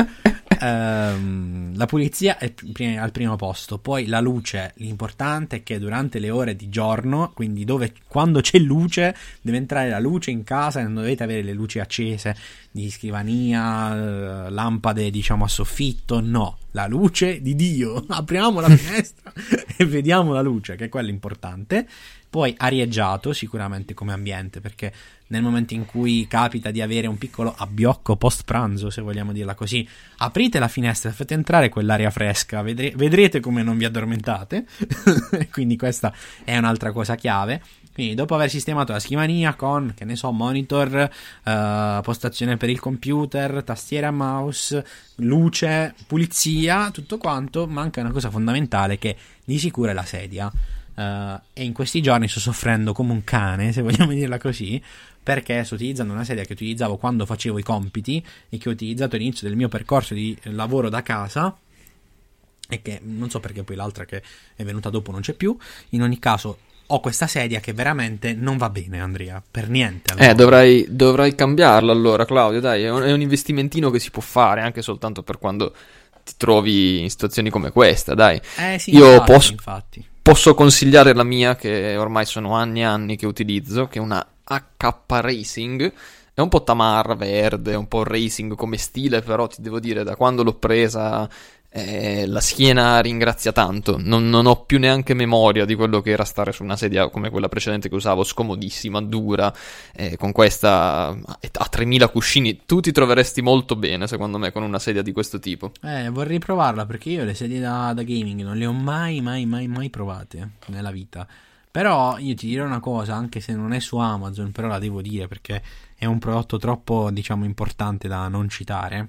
Um, la pulizia è pr- al primo posto, poi la luce. L'importante è che durante le ore di giorno, quindi dove quando c'è luce deve entrare la luce in casa, e non dovete avere le luci accese di scrivania, lampade diciamo a soffitto, no, la luce di Dio. Apriamo la finestra e vediamo la luce, che è quello importante. Poi arieggiato sicuramente come ambiente, perché nel momento in cui capita di avere un piccolo abbiocco post pranzo, se vogliamo dirla così, aprite la finestra, fate entrare quell'aria fresca, vedre- vedrete come non vi addormentate. Quindi questa è un'altra cosa chiave. Quindi dopo aver sistemato la scrivania con, che ne so, monitor, uh, postazione per il computer, tastiera, mouse, luce, pulizia, tutto quanto, manca una cosa fondamentale che di sicuro è la sedia. Uh, e in questi giorni sto soffrendo come un cane, se vogliamo dirla così, perché sto utilizzando una sedia che utilizzavo quando facevo i compiti e che ho utilizzato all'inizio del mio percorso di lavoro da casa, e che non so perché poi l'altra che è venuta dopo non c'è più. In ogni caso ho questa sedia che veramente non va bene, Andrea, per niente. Allora. Eh, dovrai, dovrai cambiarla allora, Claudio, dai, è un, è un investimentino che si può fare anche soltanto per quando ti trovi in situazioni come questa, dai. Eh sì, Io infatti, posso... infatti. Posso consigliare la mia, che ormai sono anni e anni che utilizzo, che è una H K Racing. È un po' tamarra, verde, un po' racing come stile, però ti devo dire, da quando l'ho presa eh, la schiena ringrazia tanto. Non, non ho più neanche memoria di quello che era stare su una sedia come quella precedente che usavo, scomodissima, dura, eh, con questa a tremila cuscini. Tu ti troveresti molto bene, secondo me, con una sedia di questo tipo. Eh, vorrei provarla, perché io le sedie da, da gaming non le ho mai, mai, mai, mai provate nella vita. Però io ti dirò una cosa, anche se non è su Amazon, però la devo dire perché è un prodotto troppo, diciamo, importante da non citare.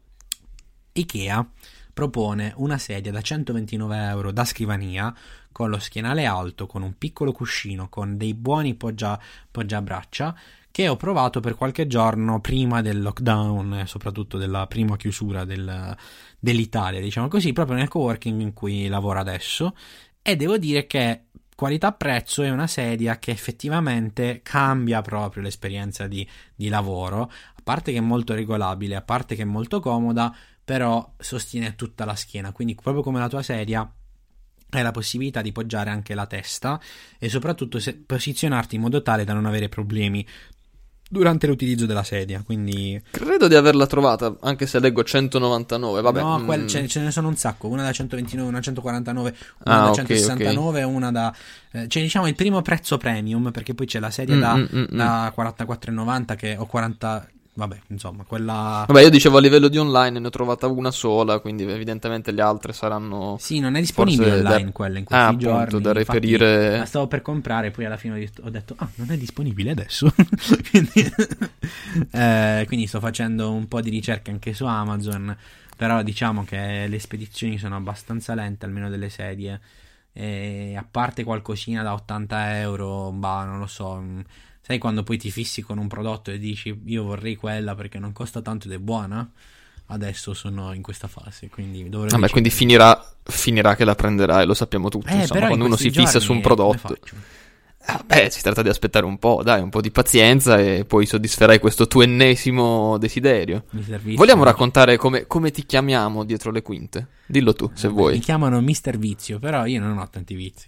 Ikea propone una sedia da centoventinove euro da scrivania, con lo schienale alto, con un piccolo cuscino, con dei buoni poggia, poggiabraccia, che ho provato per qualche giorno prima del lockdown, e soprattutto della prima chiusura del, dell'Italia, diciamo così, proprio nel coworking in cui lavoro adesso, e devo dire che qualità-prezzo è una sedia che effettivamente cambia proprio l'esperienza di, di lavoro, a parte che è molto regolabile, a parte che è molto comoda, però sostiene tutta la schiena, quindi proprio come la tua sedia hai la possibilità di poggiare anche la testa e soprattutto se, posizionarti in modo tale da non avere problemi durante l'utilizzo della sedia. Quindi credo di averla trovata, anche se leggo centonovantanove, vabbè. No, mm. quel, ce, ce ne sono un sacco, una da centoventinove, una da centoquarantanove, una ah, da okay, centosessantanove, okay. Una da eh, cioè diciamo il primo prezzo premium, perché poi c'è la sedia mm, da, mm, mm, da quarantaquattro e novanta che o quaranta vabbè, insomma, quella... Vabbè, io dicevo a livello di online ne ho trovata una sola, quindi evidentemente le altre saranno... Sì, non è disponibile online da... quella in questi ah, giorni. Appunto, da reperire... Infatti, la stavo per comprare, poi alla fine ho detto, ah, non è disponibile adesso. quindi, eh, quindi sto facendo un po' di ricerca anche su Amazon, però diciamo che le spedizioni sono abbastanza lente, almeno delle sedie, e a parte qualcosina da ottanta euro, bah, non lo so... Sai quando poi ti fissi con un prodotto e dici io vorrei quella perché non costa tanto ed è buona? Adesso sono in questa fase, quindi dovrò Vabbè, quindi finirà, finirà che la prenderai, lo sappiamo tutti, eh, insomma, quando uno si fissa su un prodotto. Ah, beh, si tratta di aspettare un po', dai, un po' di pazienza e poi soddisferai questo tuo ennesimo desiderio. Vogliamo raccontare come, come ti chiamiamo dietro le quinte? Dillo tu, se vabbè, vuoi. Mi chiamano mister Vizio, però io non ho tanti vizi.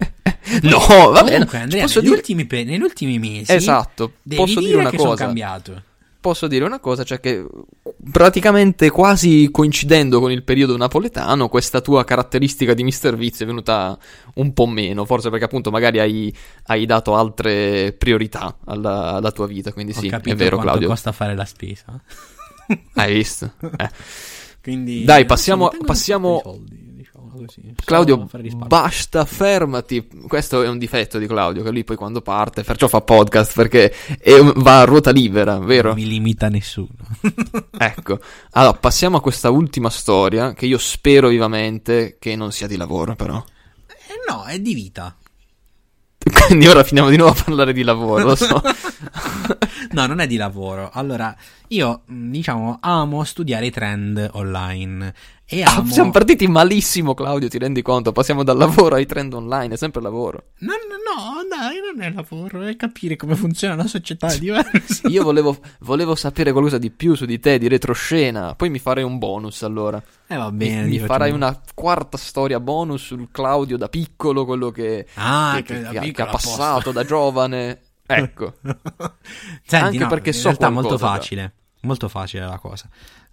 No, va bene. Comunque, Andrea, negli, dire... ultimi pe- negli ultimi mesi esatto, devi posso dire, dire una che cosa. Sono cambiato. Posso dire una cosa, cioè che praticamente quasi coincidendo con il periodo napoletano, questa tua caratteristica di mister Vizio è venuta un po' meno, forse perché appunto magari hai, hai dato altre priorità alla, alla tua vita, quindi Ho sì, capito è vero, quanto Claudio. costa fare la spesa. Hai visto? Eh. Quindi dai, passiamo... passiamo... Così. Claudio, basta, fermati. Questo è un difetto di Claudio, che lui poi quando parte perciò fa podcast, perché è, va a ruota libera, vero? Non mi limita nessuno. Ecco, allora passiamo a questa ultima storia, che io spero vivamente che non sia di lavoro, però eh no, è di vita. Quindi ora finiamo di nuovo a parlare di lavoro, lo so. No, non è di lavoro. Allora, io, diciamo, amo studiare i trend online. E amo... ah, siamo partiti malissimo, Claudio, ti rendi conto? Passiamo dal lavoro ai trend online, è sempre lavoro. No, no, no, dai, non è lavoro, è capire come funziona la società, è diverso. Io volevo, volevo sapere qualcosa di più su di te, di retroscena, poi mi farei un bonus allora. Eh va bene. Mi, mi farai una quarta storia bonus sul Claudio da piccolo, quello che, ah, che, che, che, che, che ha passato da giovane. Ecco. Senti, anche no, perché in so realtà molto già. facile. Molto facile la cosa.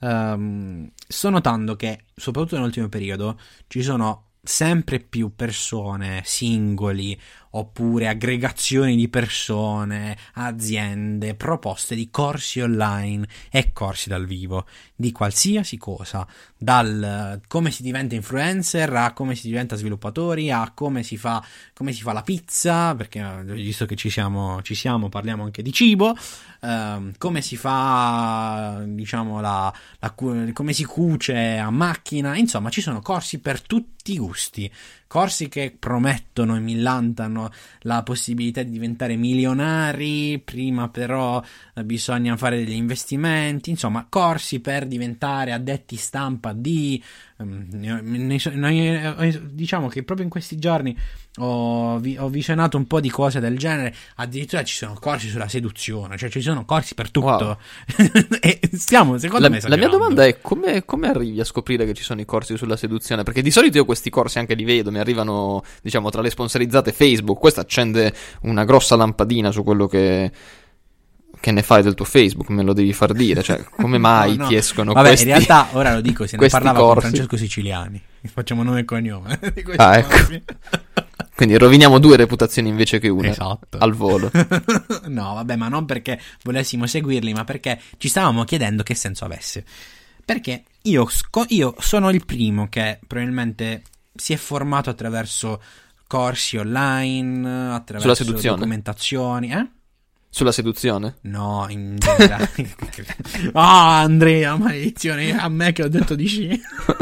Um, sto notando che, soprattutto nell'ultimo periodo, ci sono sempre più persone, singoli, oppure aggregazioni di persone, aziende, proposte di corsi online e corsi dal vivo, di qualsiasi cosa, dal come si diventa influencer a come si diventa sviluppatori, a come si fa, come si fa la pizza, perché visto che ci siamo, ci siamo parliamo anche di cibo, ehm, come si fa, diciamo, la, la, come si cuce a macchina, insomma ci sono corsi per tutti i gusti, corsi che promettono e millantano la possibilità di diventare milionari, prima però bisogna fare degli investimenti, insomma corsi per diventare addetti stampa di um, ne, ne, ne, diciamo che proprio in questi giorni ho, vi, ho visionato un po' di cose del genere, addirittura ci sono corsi sulla seduzione, cioè ci sono corsi per tutto. Wow. E stiamo, secondo la, me la mia domanda è come, come arrivi a scoprire che ci sono i corsi sulla seduzione, perché di solito io questi corsi anche li vedo, mi arrivano diciamo tra le sponsorizzate Facebook, questo accende una grossa lampadina su quello che che ne fai del tuo Facebook, me lo devi far dire, cioè come mai no, no. ti escono Vabbè, questi in realtà ora lo dico, se ne parlava corsi. Con Francesco Siciliani, facciamo nome e cognome di ah, ecco. Quindi roviniamo due reputazioni invece che una, esatto. Al volo. No, vabbè, ma non perché volessimo seguirli, ma perché ci stavamo chiedendo che senso avesse. Perché io, io sono il primo che probabilmente si è formato attraverso corsi online, attraverso documentazioni, eh? Sulla seduzione? No, in generale. Oh, Andrea, maledizione, a me che ho detto di sì.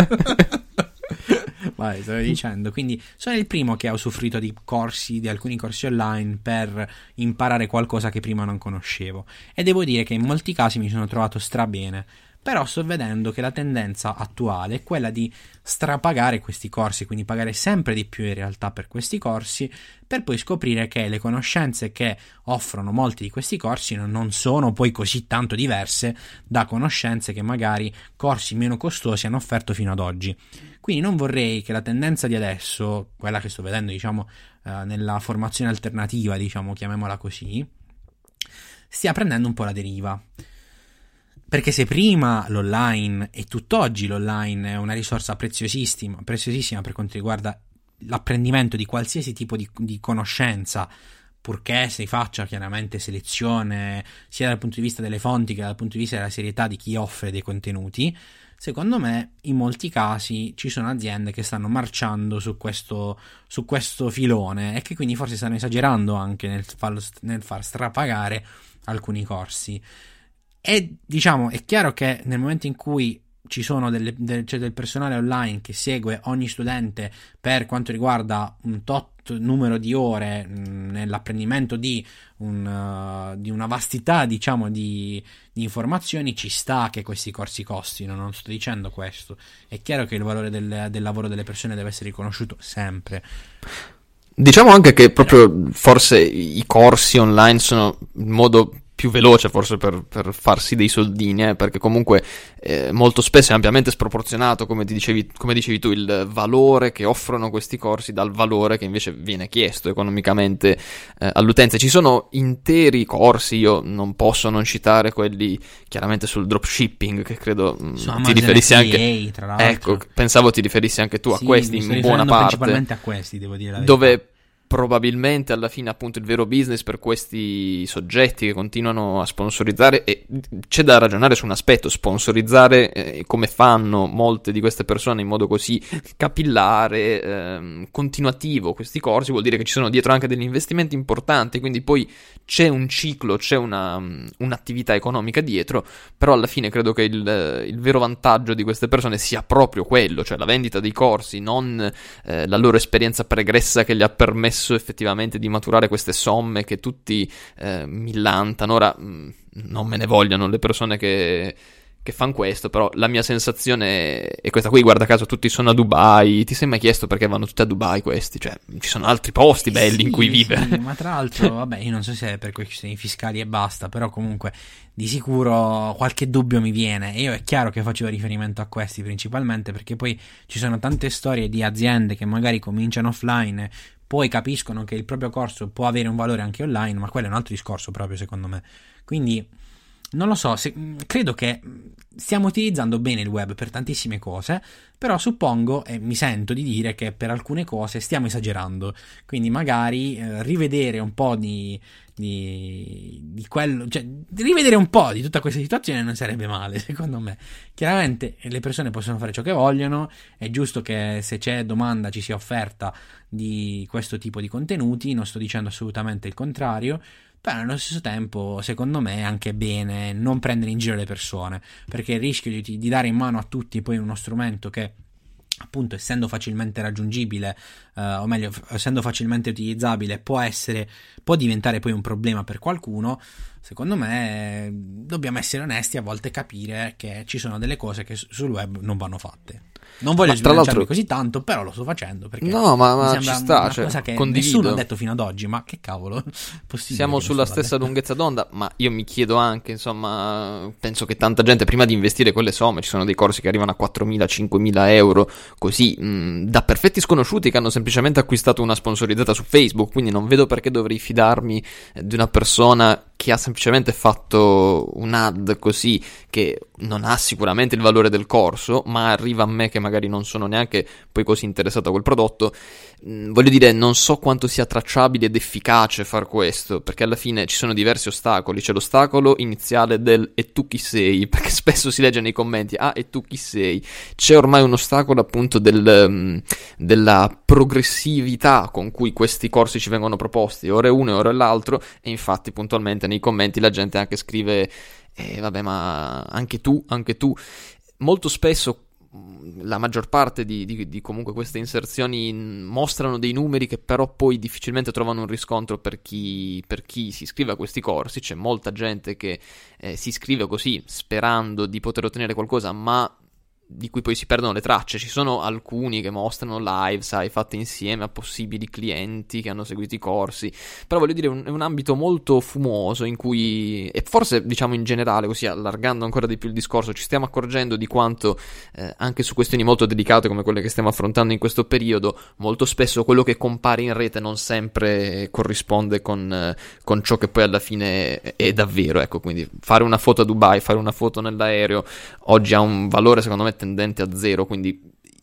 Vai, stavo dicendo, quindi sono il primo che ha usufruito di corsi, di alcuni corsi online per imparare qualcosa che prima non conoscevo, e devo dire che in molti casi mi sono trovato strabene. Però sto vedendo che la tendenza attuale è quella di strapagare questi corsi, quindi pagare sempre di più in realtà per questi corsi, per poi scoprire che le conoscenze che offrono molti di questi corsi non sono poi così tanto diverse da conoscenze che magari corsi meno costosi hanno offerto fino ad oggi. Quindi non vorrei che la tendenza di adesso, quella che sto vedendo diciamo eh, nella formazione alternativa, diciamo, chiamiamola così, stia prendendo un po' la deriva. Perché se prima l'online, e tutt'oggi l'online è una risorsa preziosissima, preziosissima per quanto riguarda l'apprendimento di qualsiasi tipo di, di conoscenza, purché si faccia chiaramente selezione sia dal punto di vista delle fonti che dal punto di vista della serietà di chi offre dei contenuti. Secondo me in molti casi ci sono aziende che stanno marciando su questo, su questo filone e che quindi forse stanno esagerando anche nel far, nel far strapagare alcuni corsi. E diciamo, è chiaro che nel momento in cui ci sono delle, del, c'è del personale online che segue ogni studente per quanto riguarda un tot numero di ore mh, nell'apprendimento di, un, uh, di una vastità, diciamo, di, di informazioni, ci sta che questi corsi costino, non sto dicendo questo. È chiaro che il valore del, del lavoro delle persone deve essere riconosciuto sempre. Diciamo anche che proprio forse i corsi online sono il modo più veloce forse per, per farsi dei soldini, eh, perché comunque eh, molto spesso è ampiamente sproporzionato, come ti dicevi, come dicevi tu, il valore che offrono questi corsi dal valore che invece viene chiesto economicamente eh, all'utenza. Ci sono interi corsi, io non posso non citare quelli chiaramente sul dropshipping, che credo mh, ti riferissi anche, tra l'altro. Ecco, pensavo ti riferissi anche tu sì, a questi in buona parte, principalmente a questi, devo dire la verità. Dove probabilmente alla fine appunto il vero business per questi soggetti che continuano a sponsorizzare, e c'è da ragionare su un aspetto, sponsorizzare eh, come fanno molte di queste persone in modo così capillare, eh, continuativo questi corsi, vuol dire che ci sono dietro anche degli investimenti importanti, quindi poi c'è un ciclo, c'è una, un'attività economica dietro, però alla fine credo che il, il vero vantaggio di queste persone sia proprio quello, cioè la vendita dei corsi, non eh, la loro esperienza pregressa che gli ha permesso effettivamente di maturare queste somme che tutti eh, millantano. Ora mh, non me ne vogliono le persone che che fanno questo, però la mia sensazione è questa qui. Guarda caso tutti sono a Dubai, ti sei mai chiesto perché vanno tutti a Dubai questi? Cioè ci sono altri posti belli sì, in cui vivere. Sì, ma tra l'altro vabbè, io non so se è per questioni fiscali e basta, però comunque di sicuro qualche dubbio mi viene, e io è chiaro che facevo riferimento a questi principalmente perché poi ci sono tante storie di aziende che magari cominciano offline, poi capiscono che il proprio corso può avere un valore anche online, ma quello è un altro discorso proprio secondo me. Quindi non lo so, se, credo che stiamo utilizzando bene il web per tantissime cose, però suppongo e mi sento di dire che per alcune cose stiamo esagerando, quindi magari eh, rivedere un po' di, di, di quello, cioè rivedere un po' di tutta questa situazione non sarebbe male secondo me. Chiaramente le persone possono fare ciò che vogliono, è giusto che se c'è domanda ci sia offerta di questo tipo di contenuti, non sto dicendo assolutamente il contrario, però allo stesso tempo secondo me è anche bene non prendere in giro le persone, perché il rischio di, di dare in mano a tutti poi uno strumento che appunto essendo facilmente raggiungibile eh, o meglio essendo facilmente utilizzabile può essere può diventare poi un problema per qualcuno. Secondo me dobbiamo essere onesti, a volte capire che ci sono delle cose che sul web non vanno fatte. Non voglio sbilanciarmi così tanto, però lo sto facendo perché no, ma, ma mi ci sembra sta, una cioè, cosa che condivido. Nessuno ha detto fino ad oggi, ma che cavolo possibile. Siamo sulla stessa lunghezza d'onda, ma io mi chiedo anche, insomma, penso che tanta gente prima di investire quelle somme, ci sono dei corsi che arrivano a quattromila, cinquemila euro, così, mh, da perfetti sconosciuti che hanno semplicemente acquistato una sponsorizzata su Facebook, quindi non vedo perché dovrei fidarmi di una persona che ha semplicemente fatto un ad così, che non ha sicuramente il valore del corso, ma arriva a me che magari non sono neanche poi così interessato a quel prodotto. Mm, voglio dire, non so quanto sia tracciabile ed efficace far questo, perché alla fine ci sono diversi ostacoli. C'è l'ostacolo iniziale del e tu chi sei, perché spesso si legge nei commenti ah e tu chi sei. C'è ormai un ostacolo appunto del, um, della progressività con cui questi corsi ci vengono proposti, ora è uno e ora è l'altro, e infatti puntualmente nei commenti la gente anche scrive eh, vabbè ma anche tu, anche tu. Molto spesso la maggior parte di, di, di comunque queste inserzioni mostrano dei numeri che però poi difficilmente trovano un riscontro per chi, per chi si iscrive a questi corsi. C'è molta gente che eh, si iscrive così sperando di poter ottenere qualcosa, ma di cui poi si perdono le tracce. Ci sono alcuni che mostrano live, sai, fatte insieme a possibili clienti che hanno seguito i corsi, però voglio dire è un ambito molto fumoso in cui, e forse diciamo in generale, così allargando ancora di più il discorso, ci stiamo accorgendo di quanto eh, anche su questioni molto delicate come quelle che stiamo affrontando in questo periodo, molto spesso quello che compare in rete non sempre corrisponde con, eh, con ciò che poi alla fine è, è davvero, ecco. Quindi fare una foto a Dubai, fare una foto nell'aereo oggi ha un valore secondo me tendente a zero, quindi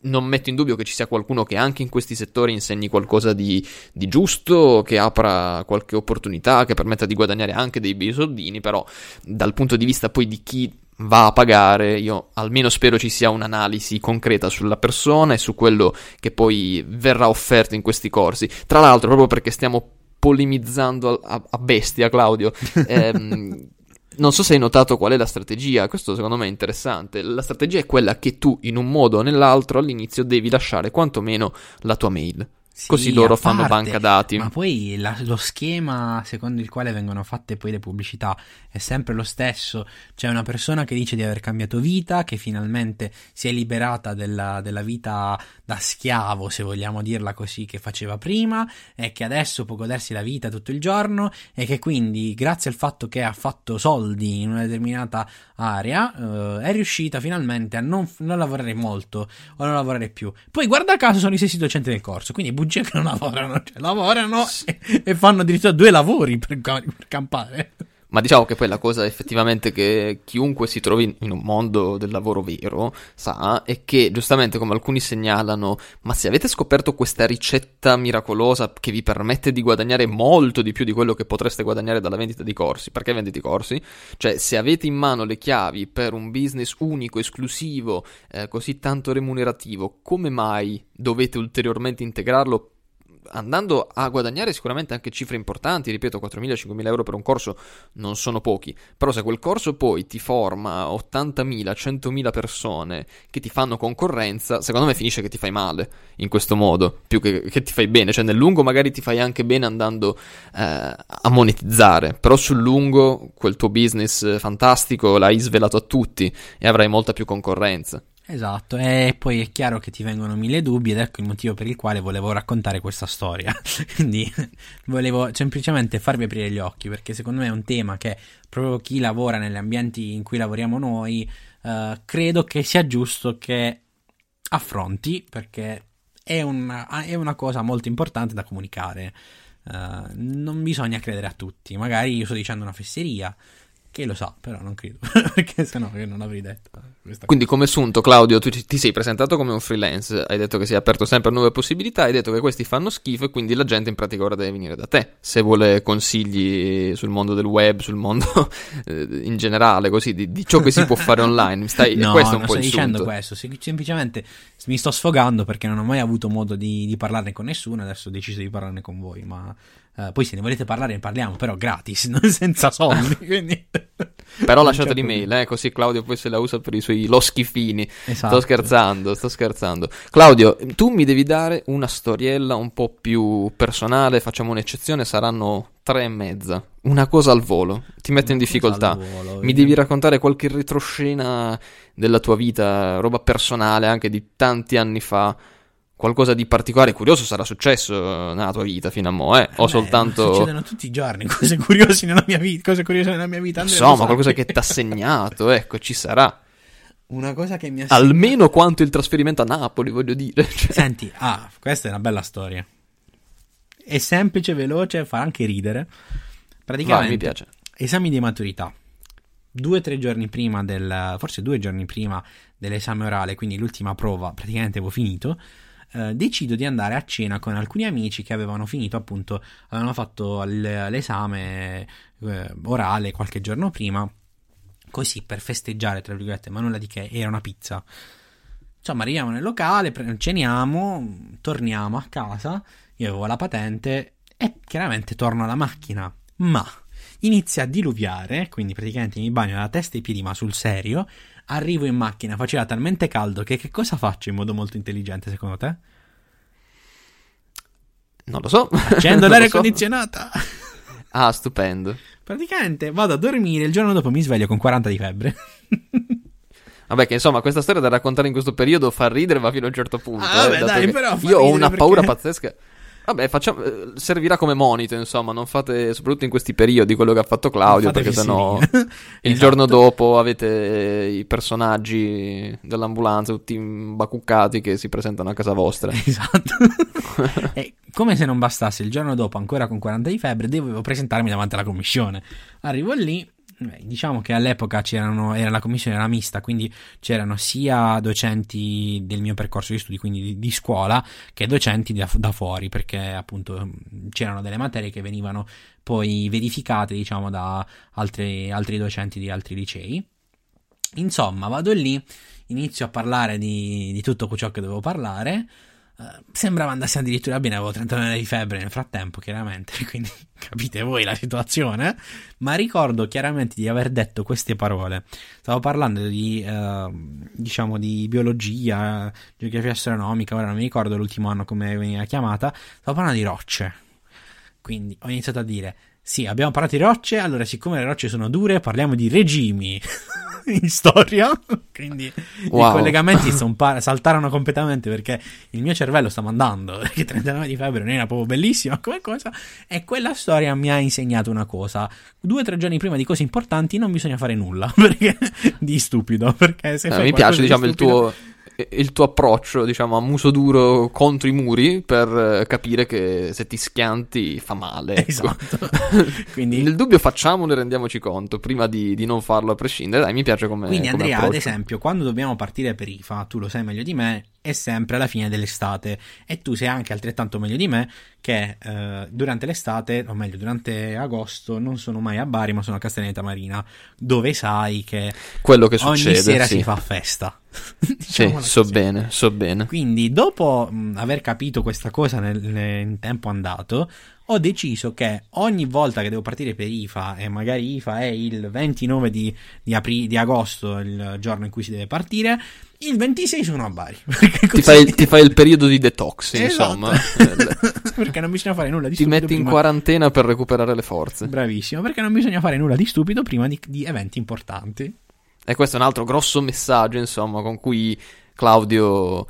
non metto in dubbio che ci sia qualcuno che anche in questi settori insegni qualcosa di, di giusto, che apra qualche opportunità, che permetta di guadagnare anche dei bei soldini, però dal punto di vista poi di chi va a pagare, io almeno spero ci sia un'analisi concreta sulla persona e su quello che poi verrà offerto in questi corsi. Tra l'altro, proprio perché stiamo polemizzando a, a bestia, Claudio, ehm, non so se hai notato qual è la strategia. Questo secondo me è interessante. La strategia è quella che tu in un modo o nell'altro all'inizio devi lasciare quantomeno la tua mail. Sì, così loro fanno parte, banca dati. Ma poi la, lo schema secondo il quale vengono fatte poi le pubblicità è sempre lo stesso. C'è una persona che dice di aver cambiato vita, che finalmente si è liberata della, della vita da schiavo, se vogliamo dirla così, che faceva prima, e che adesso può godersi la vita tutto il giorno, e che quindi grazie al fatto che ha fatto soldi in una determinata area eh, è riuscita finalmente a non, non lavorare molto o non lavorare più. Poi guarda caso sono i stessi docenti del corso, quindi bugie che non lavorano, cioè lavorano e, e fanno addirittura due lavori per, per campare. Ma diciamo che poi la cosa effettivamente che chiunque si trovi in un mondo del lavoro vero sa è che, giustamente come alcuni segnalano, ma se avete scoperto questa ricetta miracolosa che vi permette di guadagnare molto di più di quello che potreste guadagnare dalla vendita di corsi, perché vendete i corsi? Cioè, se avete in mano le chiavi per un business unico, esclusivo, eh, così tanto remunerativo, come mai dovete ulteriormente integrarlo andando a guadagnare sicuramente anche cifre importanti? Ripeto, quattromila cinquemila euro per un corso non sono pochi, però se quel corso poi ti forma ottantamila centomila persone che ti fanno concorrenza, secondo me finisce che ti fai male in questo modo, più che, che ti fai bene. Cioè nel lungo magari ti fai anche bene andando eh, a monetizzare, però sul lungo quel tuo business fantastico l'hai svelato a tutti e avrai molta più concorrenza. Esatto, e poi è chiaro che ti vengono mille dubbi ed ecco il motivo per il quale volevo raccontare questa storia. Quindi volevo semplicemente farvi aprire gli occhi, perché secondo me è un tema che proprio chi lavora negli ambienti in cui lavoriamo noi eh, credo che sia giusto che affronti, perché è una, è una cosa molto importante da comunicare. Uh, non bisogna credere a tutti, magari io sto dicendo una fesseria, che lo sa, però non credo, perché sennò io non avrei detto questa Quindi cosa. come sunto, Claudio, tu ti sei presentato come un freelance, hai detto che sei aperto sempre a nuove possibilità, hai detto che questi fanno schifo e quindi la gente in pratica ora deve venire da te se vuole consigli sul mondo del web, sul mondo in generale, così, di, di ciò che si può fare online. Stai, no, questo è un non po' sto il dicendo sunto. questo, semplicemente mi sto sfogando perché non ho mai avuto modo di, di parlarne con nessuno, adesso ho deciso di parlarne con voi, ma Uh, poi se ne volete parlare ne parliamo, però gratis, non senza soldi. Quindi... Però lasciate l'email, eh, così Claudio poi se la usa per i suoi loschi fini. Esatto. Sto scherzando, sto scherzando. Claudio, tu mi devi dare una storiella un po' più personale, facciamo un'eccezione, saranno tre e mezza. Una cosa al volo, ti metto in difficoltà. Volo, mi devi raccontare qualche retroscena della tua vita, roba personale anche di tanti anni fa. Qualcosa di particolare, curioso sarà successo nella tua vita fino a mo', eh? O Beh, soltanto... succedono tutti i giorni cose curiose nella mia vita, cose curiose nella mia vita. Andrea, Insomma, qualcosa che ti ha segnato, ecco, ci sarà. Una cosa che mi ha Almeno segnato... quanto il trasferimento a Napoli, voglio dire. Cioè... Senti, ah, questa è una bella storia. È semplice, veloce, fa anche ridere. Praticamente, Va, mi piace. Esami di maturità. Due o tre giorni prima del... forse due giorni prima dell'esame orale, quindi l'ultima prova, praticamente avevo finito. Uh, decido di andare a cena con alcuni amici che avevano finito, appunto, avevano fatto l- l'esame eh, orale qualche giorno prima, così per festeggiare, tra virgolette, ma nulla di che, era una pizza. Insomma, arriviamo nel locale, pre- ceniamo, torniamo a casa, io avevo la patente e chiaramente torno alla macchina, ma inizia a diluviare, quindi praticamente mi bagno la testa e i piedi, ma sul serio. Arrivo in macchina, faceva talmente caldo che che cosa faccio in modo molto intelligente secondo te? Non lo so. Accendo l'aria so. condizionata. Ah, stupendo. Praticamente vado a dormire, il giorno dopo mi sveglio con quaranta di febbre. Vabbè, che insomma questa storia da raccontare in questo periodo fa ridere, ma fino a un certo punto. Ah, eh, vabbè, dai, però io ho una perché... paura pazzesca. Vabbè, facciamo, servirà come monito, insomma, non fate, soprattutto in questi periodi, quello che ha fatto Claudio, perché sennò il esatto. giorno dopo avete i personaggi dell'ambulanza tutti imbacuccati che si presentano a casa vostra. Esatto. E come se non bastasse, il giorno dopo, ancora con quaranta di febbre, dovevo presentarmi davanti alla commissione. Arrivo lì, Diciamo che all'epoca c'erano, era la commissione era mista, quindi c'erano sia docenti del mio percorso di studi, quindi di, di scuola, che docenti da, da fuori, perché appunto c'erano delle materie che venivano poi verificate, diciamo, da altri, altri docenti di altri licei. Insomma, vado lì, inizio a parlare di, di tutto ciò che dovevo parlare. Uh, sembrava andasse addirittura bene, avevo trentanove di febbre nel frattempo, chiaramente, quindi capite voi la situazione. Ma ricordo chiaramente di aver detto queste parole. Stavo parlando di uh, diciamo di biologia, geografia astronomica, ora non mi ricordo l'ultimo anno come veniva chiamata. Stavo parlando di rocce, quindi ho iniziato a dire: sì, abbiamo parlato di rocce, allora siccome le rocce sono dure parliamo di regimi in storia, quindi wow. I collegamenti par- saltarono completamente, perché il mio cervello sta mandando, perché trentanove di febbre non era proprio bellissima come cosa, e quella storia mi ha insegnato una cosa: due o tre giorni prima di cose importanti non bisogna fare nulla, perché di stupido, perché se eh, fai mi piace, di diciamo, stupido... il tuo il tuo approccio, diciamo, a muso duro contro i muri, per capire che se ti schianti fa male, ecco. Esatto. Quindi nel dubbio facciamolo e rendiamoci conto prima di, di non farlo a prescindere. Dai, mi piace come quindi come Andrea, approccio. ad esempio, quando dobbiamo partire per I F A, tu lo sai meglio di me, è sempre alla fine dell'estate, e tu sai anche altrettanto meglio di me che eh, durante l'estate, o meglio durante agosto, non sono mai a Bari ma sono a Castellaneta Marina, dove sai che quello che ogni succede, sera sì. si fa festa. Sì, so bene, so bene. Quindi dopo mh, aver capito questa cosa nel, nel, in tempo andato, ho deciso che ogni volta che devo partire per I F A, e magari I F A è il ventinove di, di, apri, di agosto, il giorno in cui si deve partire, il ventisei sono a Bari. Così... Ti, fai, ti fai il periodo di detox, esatto. Insomma. Perché non bisogna fare nulla di ti stupido. Ti metti prima... in quarantena per recuperare le forze. Bravissimo, perché non bisogna fare nulla di stupido prima di, di eventi importanti. E questo è un altro grosso messaggio, insomma, con cui Claudio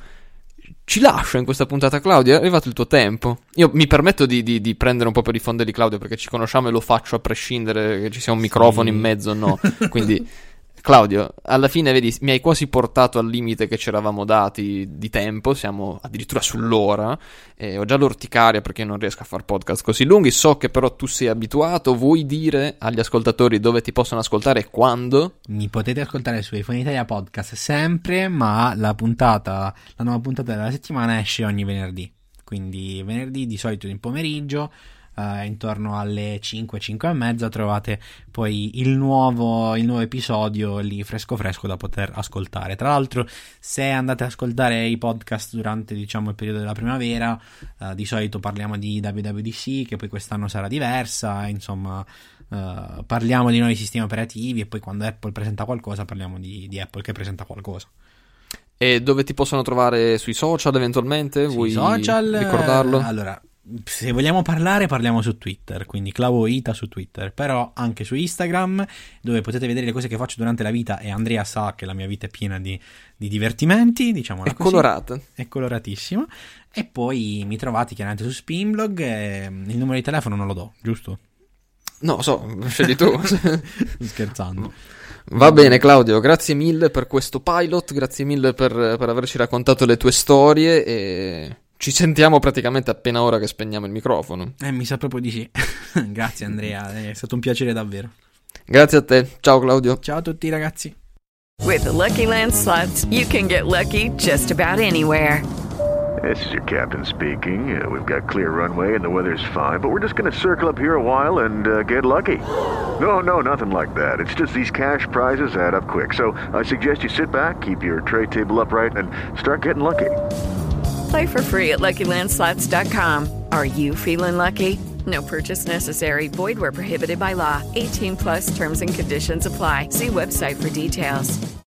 ci lascia in questa puntata. Claudio, è arrivato il tuo tempo. Io mi permetto di, di, di prendere un po' per i fondelli di Claudio, perché ci conosciamo e lo faccio a prescindere che ci sia un microfono sì. in mezzo o no. Quindi, Claudio, alla fine, vedi, mi hai quasi portato al limite che ci eravamo dati di tempo, siamo addirittura sull'ora, e ho già l'orticaria perché non riesco a fare podcast così lunghi. So che però tu sei abituato. Vuoi dire agli ascoltatori dove ti possono ascoltare e quando? Mi potete ascoltare su iPhone Italia Podcast sempre, ma la puntata, la nuova puntata della settimana esce ogni venerdì, quindi venerdì di solito in pomeriggio. Uh, intorno alle cinque, cinque e mezza trovate poi il nuovo, il nuovo episodio lì fresco fresco da poter ascoltare. Tra l'altro, se andate ad ascoltare i podcast durante, diciamo, il periodo della primavera, uh, di solito parliamo di W W D C, che poi quest'anno sarà diversa, insomma uh, parliamo di nuovi sistemi operativi, e poi quando Apple presenta qualcosa parliamo di, di Apple che presenta qualcosa. E dove ti possono trovare? Sui social eventualmente? Sui Vuoi social, ricordarlo? Eh, allora, se vogliamo parlare parliamo su Twitter, quindi Clauoita su Twitter, però anche su Instagram, dove potete vedere le cose che faccio durante la vita, e Andrea sa che la mia vita è piena di, di divertimenti, diciamo. È colorata. È coloratissima. E poi mi trovate chiaramente su Spinblog, e il numero di telefono non lo do, giusto? No, so, scegli tu. Scherzando. Va bene, Claudio, grazie mille per questo pilot, grazie mille per, per averci raccontato le tue storie, e ci sentiamo praticamente appena ora che spegniamo il microfono. Eh, mi sa proprio di sì. Grazie Andrea, è stato un piacere davvero. Grazie a te, ciao Claudio. Ciao a tutti ragazzi. With the Lucky Land Slots, you can get lucky just about anywhere. This is your captain speaking. Uh, we've got clear runway and the weather's fine, but we're just going to circle up here a while and uh, get lucky. No, no, nothing like that. It's just these cash prizes add up quick. So I suggest you sit back, keep your tray table upright, and start getting lucky. Play for free at Lucky Land Slots dot com. Are you feeling lucky? No purchase necessary. Void where prohibited by law. eighteen plus terms and conditions apply. See website for details.